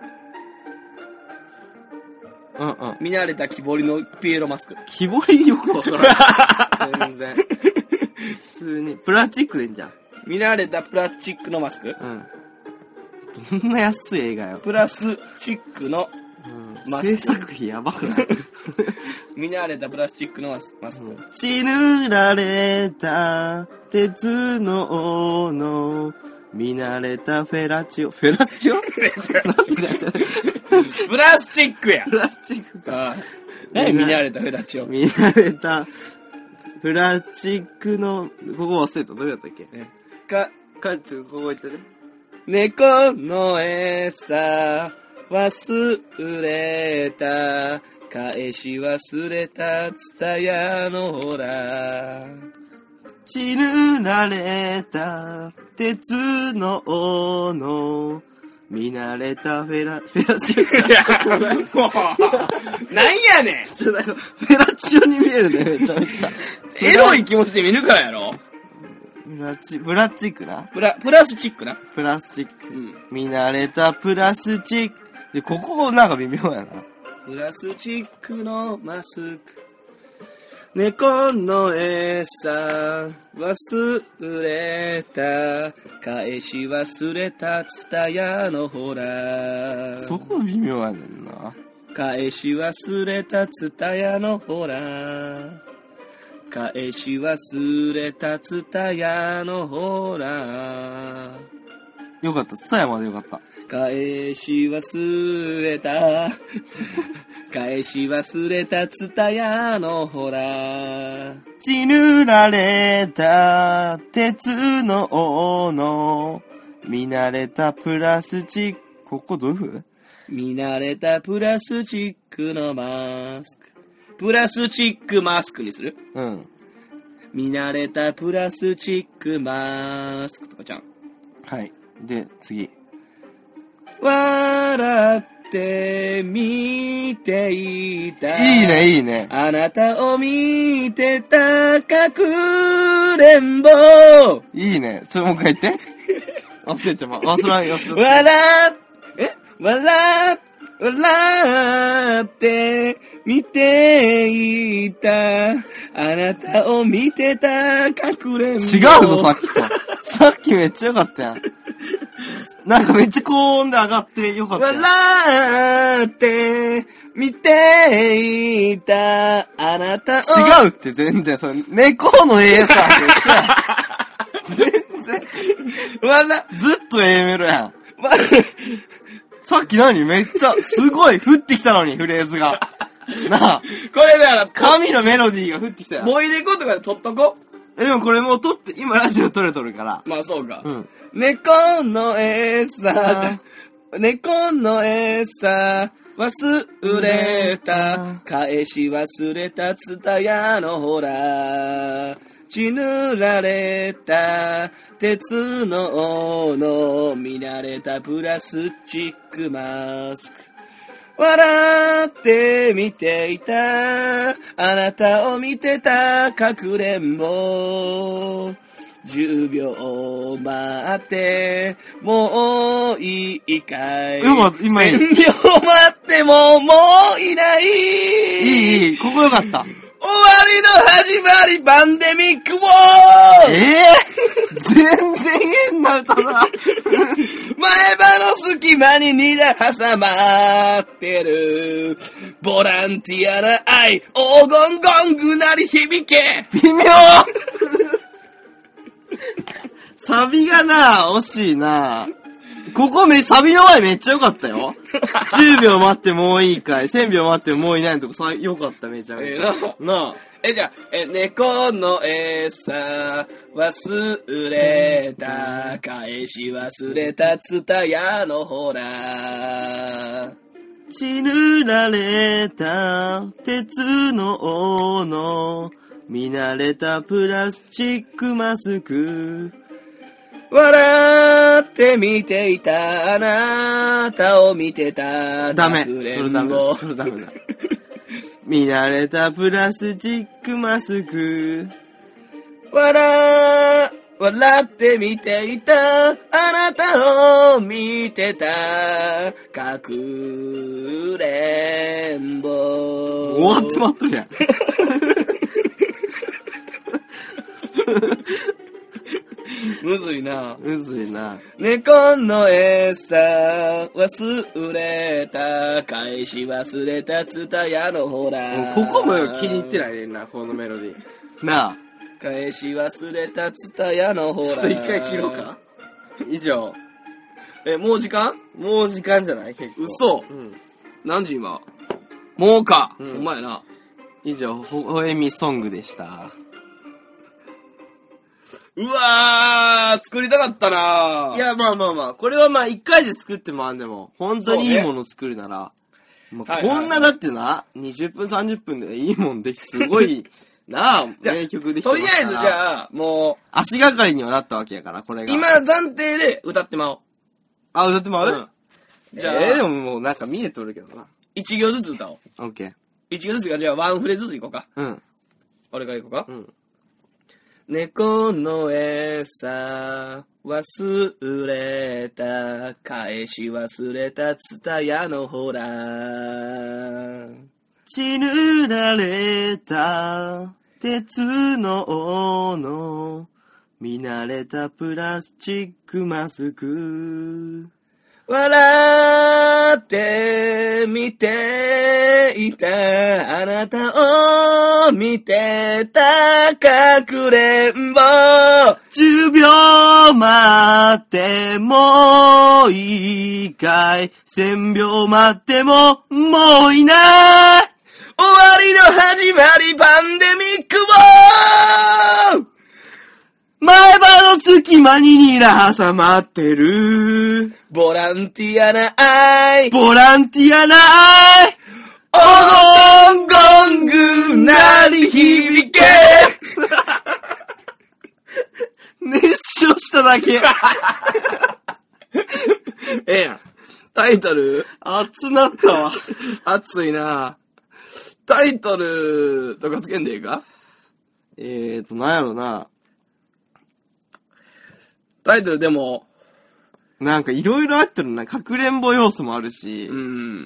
うんうん。 見慣れた木彫りのピエロマスク。 木彫りよくわからん。全然。普通に。プラスチックでいいんじゃん。 見慣れたプラスチックのマスク。 うん。どんな安い映画よ。 プラスチックのマスク。制作費やばくない？ 見慣れたプラスチックのマスク。うん、 血塗られた鉄の斧。見慣れたフェラチオ。フェラチオプラスチックや。 プラスチックか。 何見慣れたフェラチオ。 見慣れたプラスチックの、ここ忘れた。どうやったっけ、ね、か、か、ちょ、ここ行ってね。 猫の餌忘れた。返し忘れた。ツタヤのほら。 血塗られた鉄の斧。見慣れたフェラ、フェラチオ。いや、 もう、なんやねん。 ちょ、なんか、フェラチオに見えるね、めちゃめちゃ。 エロい気持ちで見るからやろ。 プラチ、プラスチックな。 プラ、プラスチックな。 プラスチック。うん。見慣れたプラスチック。で、ここなんか微妙やな。 プラスチックのマスク。猫の餌忘れた。返し忘れた。ツタヤのほら。 そこ微妙やねんな。 返し忘れた。ツタヤのほら。返し忘れた。ツタヤのほら。 よかった。ツタヤまでよかった。 返し忘れた。返し忘れたツタヤのほら。 血塗られた鉄の斧。見慣れたプラスチック。ここどういう風？ 見慣れたプラスチックのマスク。プラスチックマスクにする？ うん。 見慣れたプラスチックマスクとかじゃん。 はい。で、次。 笑って見ていた。 いいね、いいね。 あなたを見てたかくれんぼ。 いいね。ちょ、もう一回言って。忘れちゃう。忘らんよ。 笑っ、え笑っ、笑って見ていた。あなたを見てたかくれんぼ。 違うぞ、さっきと。さっきめっちゃよかったやん。なんかめっちゃ高音で上がってよかった。 笑って見ていたあなたを。 違うって全然。それ猫の A さん全然。 笑、 ずっと A メロやん。さっき何めっちゃ、すごい降ってきたのに、フレーズが。なあ。 これだから、 神のメロディーが降ってきたよ。 ボイレコとかで撮っとこ。 え、でもこれもう撮って、今ラジオ撮れとるから。 まあそうか。 うん。 猫の餌、猫の餌、忘れた、返し忘れたツタヤのほら、血塗られた、鉄の斧、見慣れたプラスチックマスク。笑って見ていた。あなたを見てた。かくれんぼ。十秒待って。もういいかい。 よかった、今いい。 千秒待ってももういない。いいい、いい。ここよかった。 終わりの始まり、パンデミックウォー。 ええー、全然変な歌だ。前歯の隙間にニラ挟まってる。ボランティアな愛、黄金ゴングなり響け。 微妙サビがな、惜しいな。ここめ、サビの前めっちゃ良かったよ。じゅうびょう待ってもういいかい。せんびょう待ってもういないとこさ、良かっためちゃめちゃ。 えー、なあ。え、じゃあ、え、猫の餌、忘れた、返し忘れた、ツタヤのほら。 血塗られた、鉄の斧、見慣れたプラスチックマスク。 笑って見ていたあなたを見てた。 ダメ。それダメだ。それダメだ。見慣れたプラスチックマスク。 笑っ笑って見ていた、あなたを見てた、かくれんぼ。 終わってまっとるやん。 むずいな。 むずいな。 猫の餌忘れた、返し忘れたツタヤのほら。 ここも気に入ってないねんな、このメロディー。なあ。 返し忘れたツタヤのほら。 ちょっと一回切ろうか。以上。 え、もう時間？ もう時間じゃない？結構。 嘘。うん。何時今？もうか。うん、ほんまやな。 以上、ほほえみソングでした。 うわー、作りたかったなー。 いや、まあまあまあ、これはまあ一回で作ってもあんでも、本当にいいもの作るなら、ね、まあ、こんなだってな、にじゅっぷんさんじゅっぷんでいいもんできてすごい、なあ、名曲できてますから。 とりあえずじゃあ、もう、 足がかりにはなったわけやから、これが。 今暫定で歌ってまおう。 あ、歌ってまう？ うん。じゃあ、 えー、でももうなんか見えとるけどな。 一行ずつ歌おう。 オッケー。 一行ずつが、じゃあワンフレーズずついこうか。 うん。 俺からいこうか。 うん。 猫の餌忘れた、返し忘れたツタヤのほら。 血塗られた鉄の斧、見慣れたプラスチックマスク。笑って見ていた、あなたを見てた、かくれんぼ。じゅうびょう待ってもいいかい、せんびょう待ってももういない。終わりの始まり、パンデミックウォー。前歯の隙間にニラ挟まってる。ボランティアな愛。ボランティアな愛。おごんゴング鳴り響け。熱唱しただけ。ええやん。タイトル熱なったわ。熱いな。タイトルとかつけんでええか？ えーと、なんやろな。 タイトルでも、 なんかいろいろあってるな。かくれんぼ要素もあるし。 うん。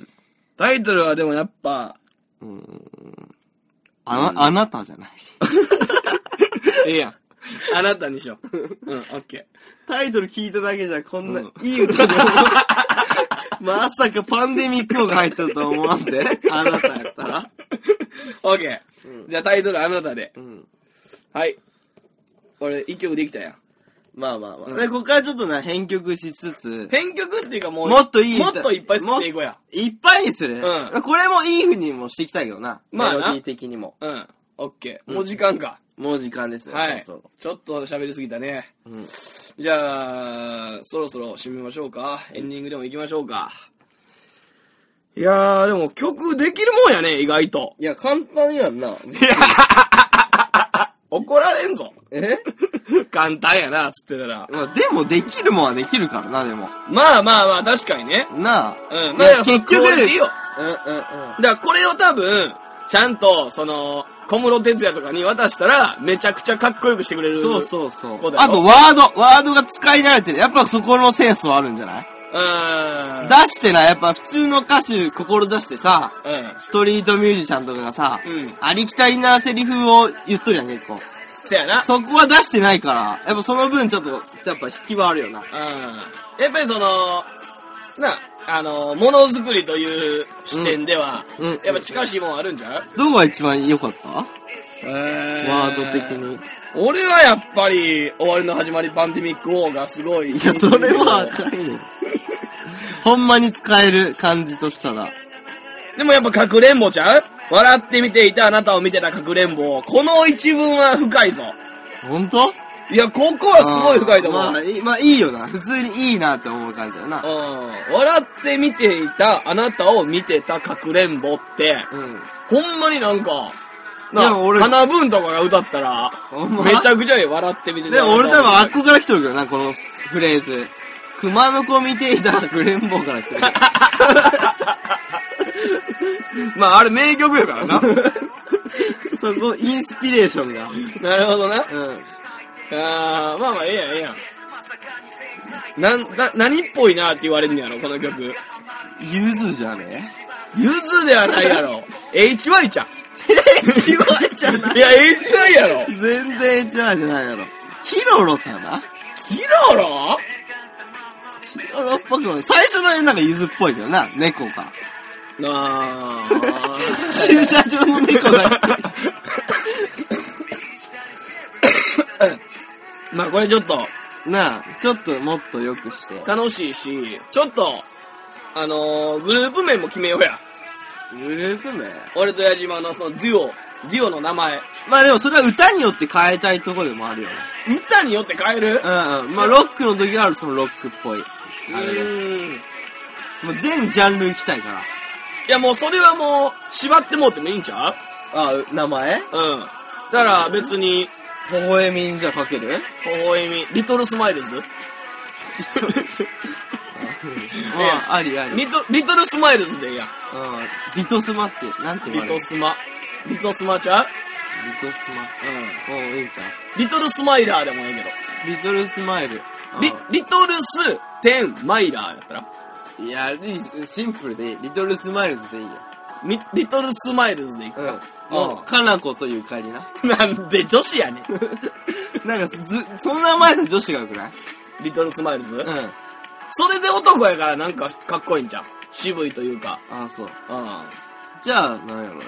タイトルはでもやっぱ、 うん。あな、あなたじゃない。 ええやん。あなたにしよう。うん、オッケー。タイトル聞いただけじゃこんな、うん、いい歌でまさかパンデミックが入ってると思わんで。あなたやったら。 オッケー。じゃあタイトルあなたで。 うん。 はい。これ一曲できたやん。 まあまあまあ。うん、で、ここからちょっとな、編曲しつつ。 編曲っていうかもう、 もっといい。 もっといっぱい作っていこうや。 いっぱいにする？ うん。 これもいい風にもしていきたいけどな。 まあな。 メロディー的にも。 うん。オッケー。もう時間か。 もう時間ですね。 はい。そうそうちょっと喋りすぎたね。うん。じゃあ、そろそろ締めましょうか。エンディングでも行きましょうか。いやー、でも曲できるもんやね、意外と。 いや、簡単やんな。 怒られんぞ。 え簡単やな、つってたら。 まあ、でもできるもんはできるからな、でも。 まあまあまあ、確かにね。 なあ。 うん。まあ、結局。いいよ。 うんうんうん。 だからこれを多分、ちゃんと、その、小室哲也とかに渡したら、めちゃくちゃかっこよくしてくれる。 そうそうそう。あと、ワード、ワードが使い慣れてる。やっぱそこのセンスはあるんじゃない？ うーん。 出してな、やっぱ普通の歌手心出してさ、 うん、 ストリートミュージシャンとかがさ、 うん、 ありきたりなセリフを言っとるやん、結構。 そやな。 そこは出してないから、やっぱその分ちょっと、やっぱ引きはあるよな。うん。 やっぱりその、な、あの、ものづくりという視点では、うんうん、やっぱ近しいもんあるんじゃう？ どこが一番良かった？ えー、 ワード的に。 俺はやっぱり、終わりの始まりパンデミックウォーがすごい。 いや、それは赤いね。ほんまに使える感じとしたら。 でもやっぱかくれんぼちゃう？笑って見ていたあなたを見てたかくれんぼ。この一文は深いぞ。 ほんと？ いや、ここはすごい深いと思う。 まあ、いまあ、いいよな。普通にいいなって思う感じだな。 うん。笑って見ていたあなたを見てたかくれんぼって、うん、ほんまになんか、な、花文とかが歌ったら、めちゃくちゃいい。笑って見てた。 でも俺多分あっこから来とるけどな、このフレーズ。熊の子見ていたかくれんぼから来てる。 まあ、あれ名曲やからな。 そこ、インスピレーションが。 なるほどな。うん。 あー、まあまあ、ええやん、ええやん。なん、な、何っぽいなって言われるんやろ、この曲。 ゆずじゃねゆずではないやろ。エイチワイ ちゃん。 エイチワイ じゃない。 いや、エイチワイ やろ。 全然 エイチワイ じゃないやろ。キロロかなキロロキロロっぽくない。最初の辺なんかゆずっぽいけどな、猫か。 あー。 駐車場の猫だけ。 まあこれちょっと。 なあ、ちょっともっと良くして。 楽しいし、ちょっと、あのー、グループ名も決めようや。 グループ名俺と矢島のそのデュオ、デュオの名前。 まあでもそれは歌によって変えたいところでもあるよね。 歌によって変える？うんうん。 まあロックの時はあるそのロックっぽい。あれで。うーん。もう全ジャンル行きたいから。 いやもうそれはもう、縛ってもうてもいいんちゃう？ あ、名前？うん。 だから別に、 微笑みじゃかける？ 微笑み。リトルスマイルズ？ まあ、ありあり。 リト、リトルスマイルズでいいやん。 うん。リトスマって、なんて言われる？ リトスマ。リトスマちゃう？ リトスマ。うん。おう、いいんちゃう？ リトルスマイラーでもいいけど。 リトルスマイル。 リ、リトルス、テン、マイラーやったら？ いや、シンプルでいい。リトルスマイルズでいいよ。 リ、リトルスマイルズでいいか。 うん。もう、かなこという会にな。 なんで女子やねん。なんか、ず、その名前で女子がよくない？ リトルスマイルズ？うん。 それで男やからなんかかっこいいんじゃん。渋いというか。 ああ、そう。 うん。 じゃあ、なんやろ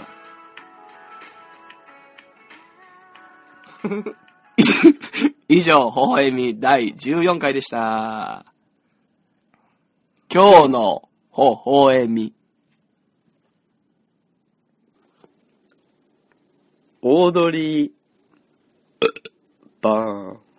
な。以上、微笑みだいじゅうよんかいでした。今日の微笑み。 オードリー、バーン。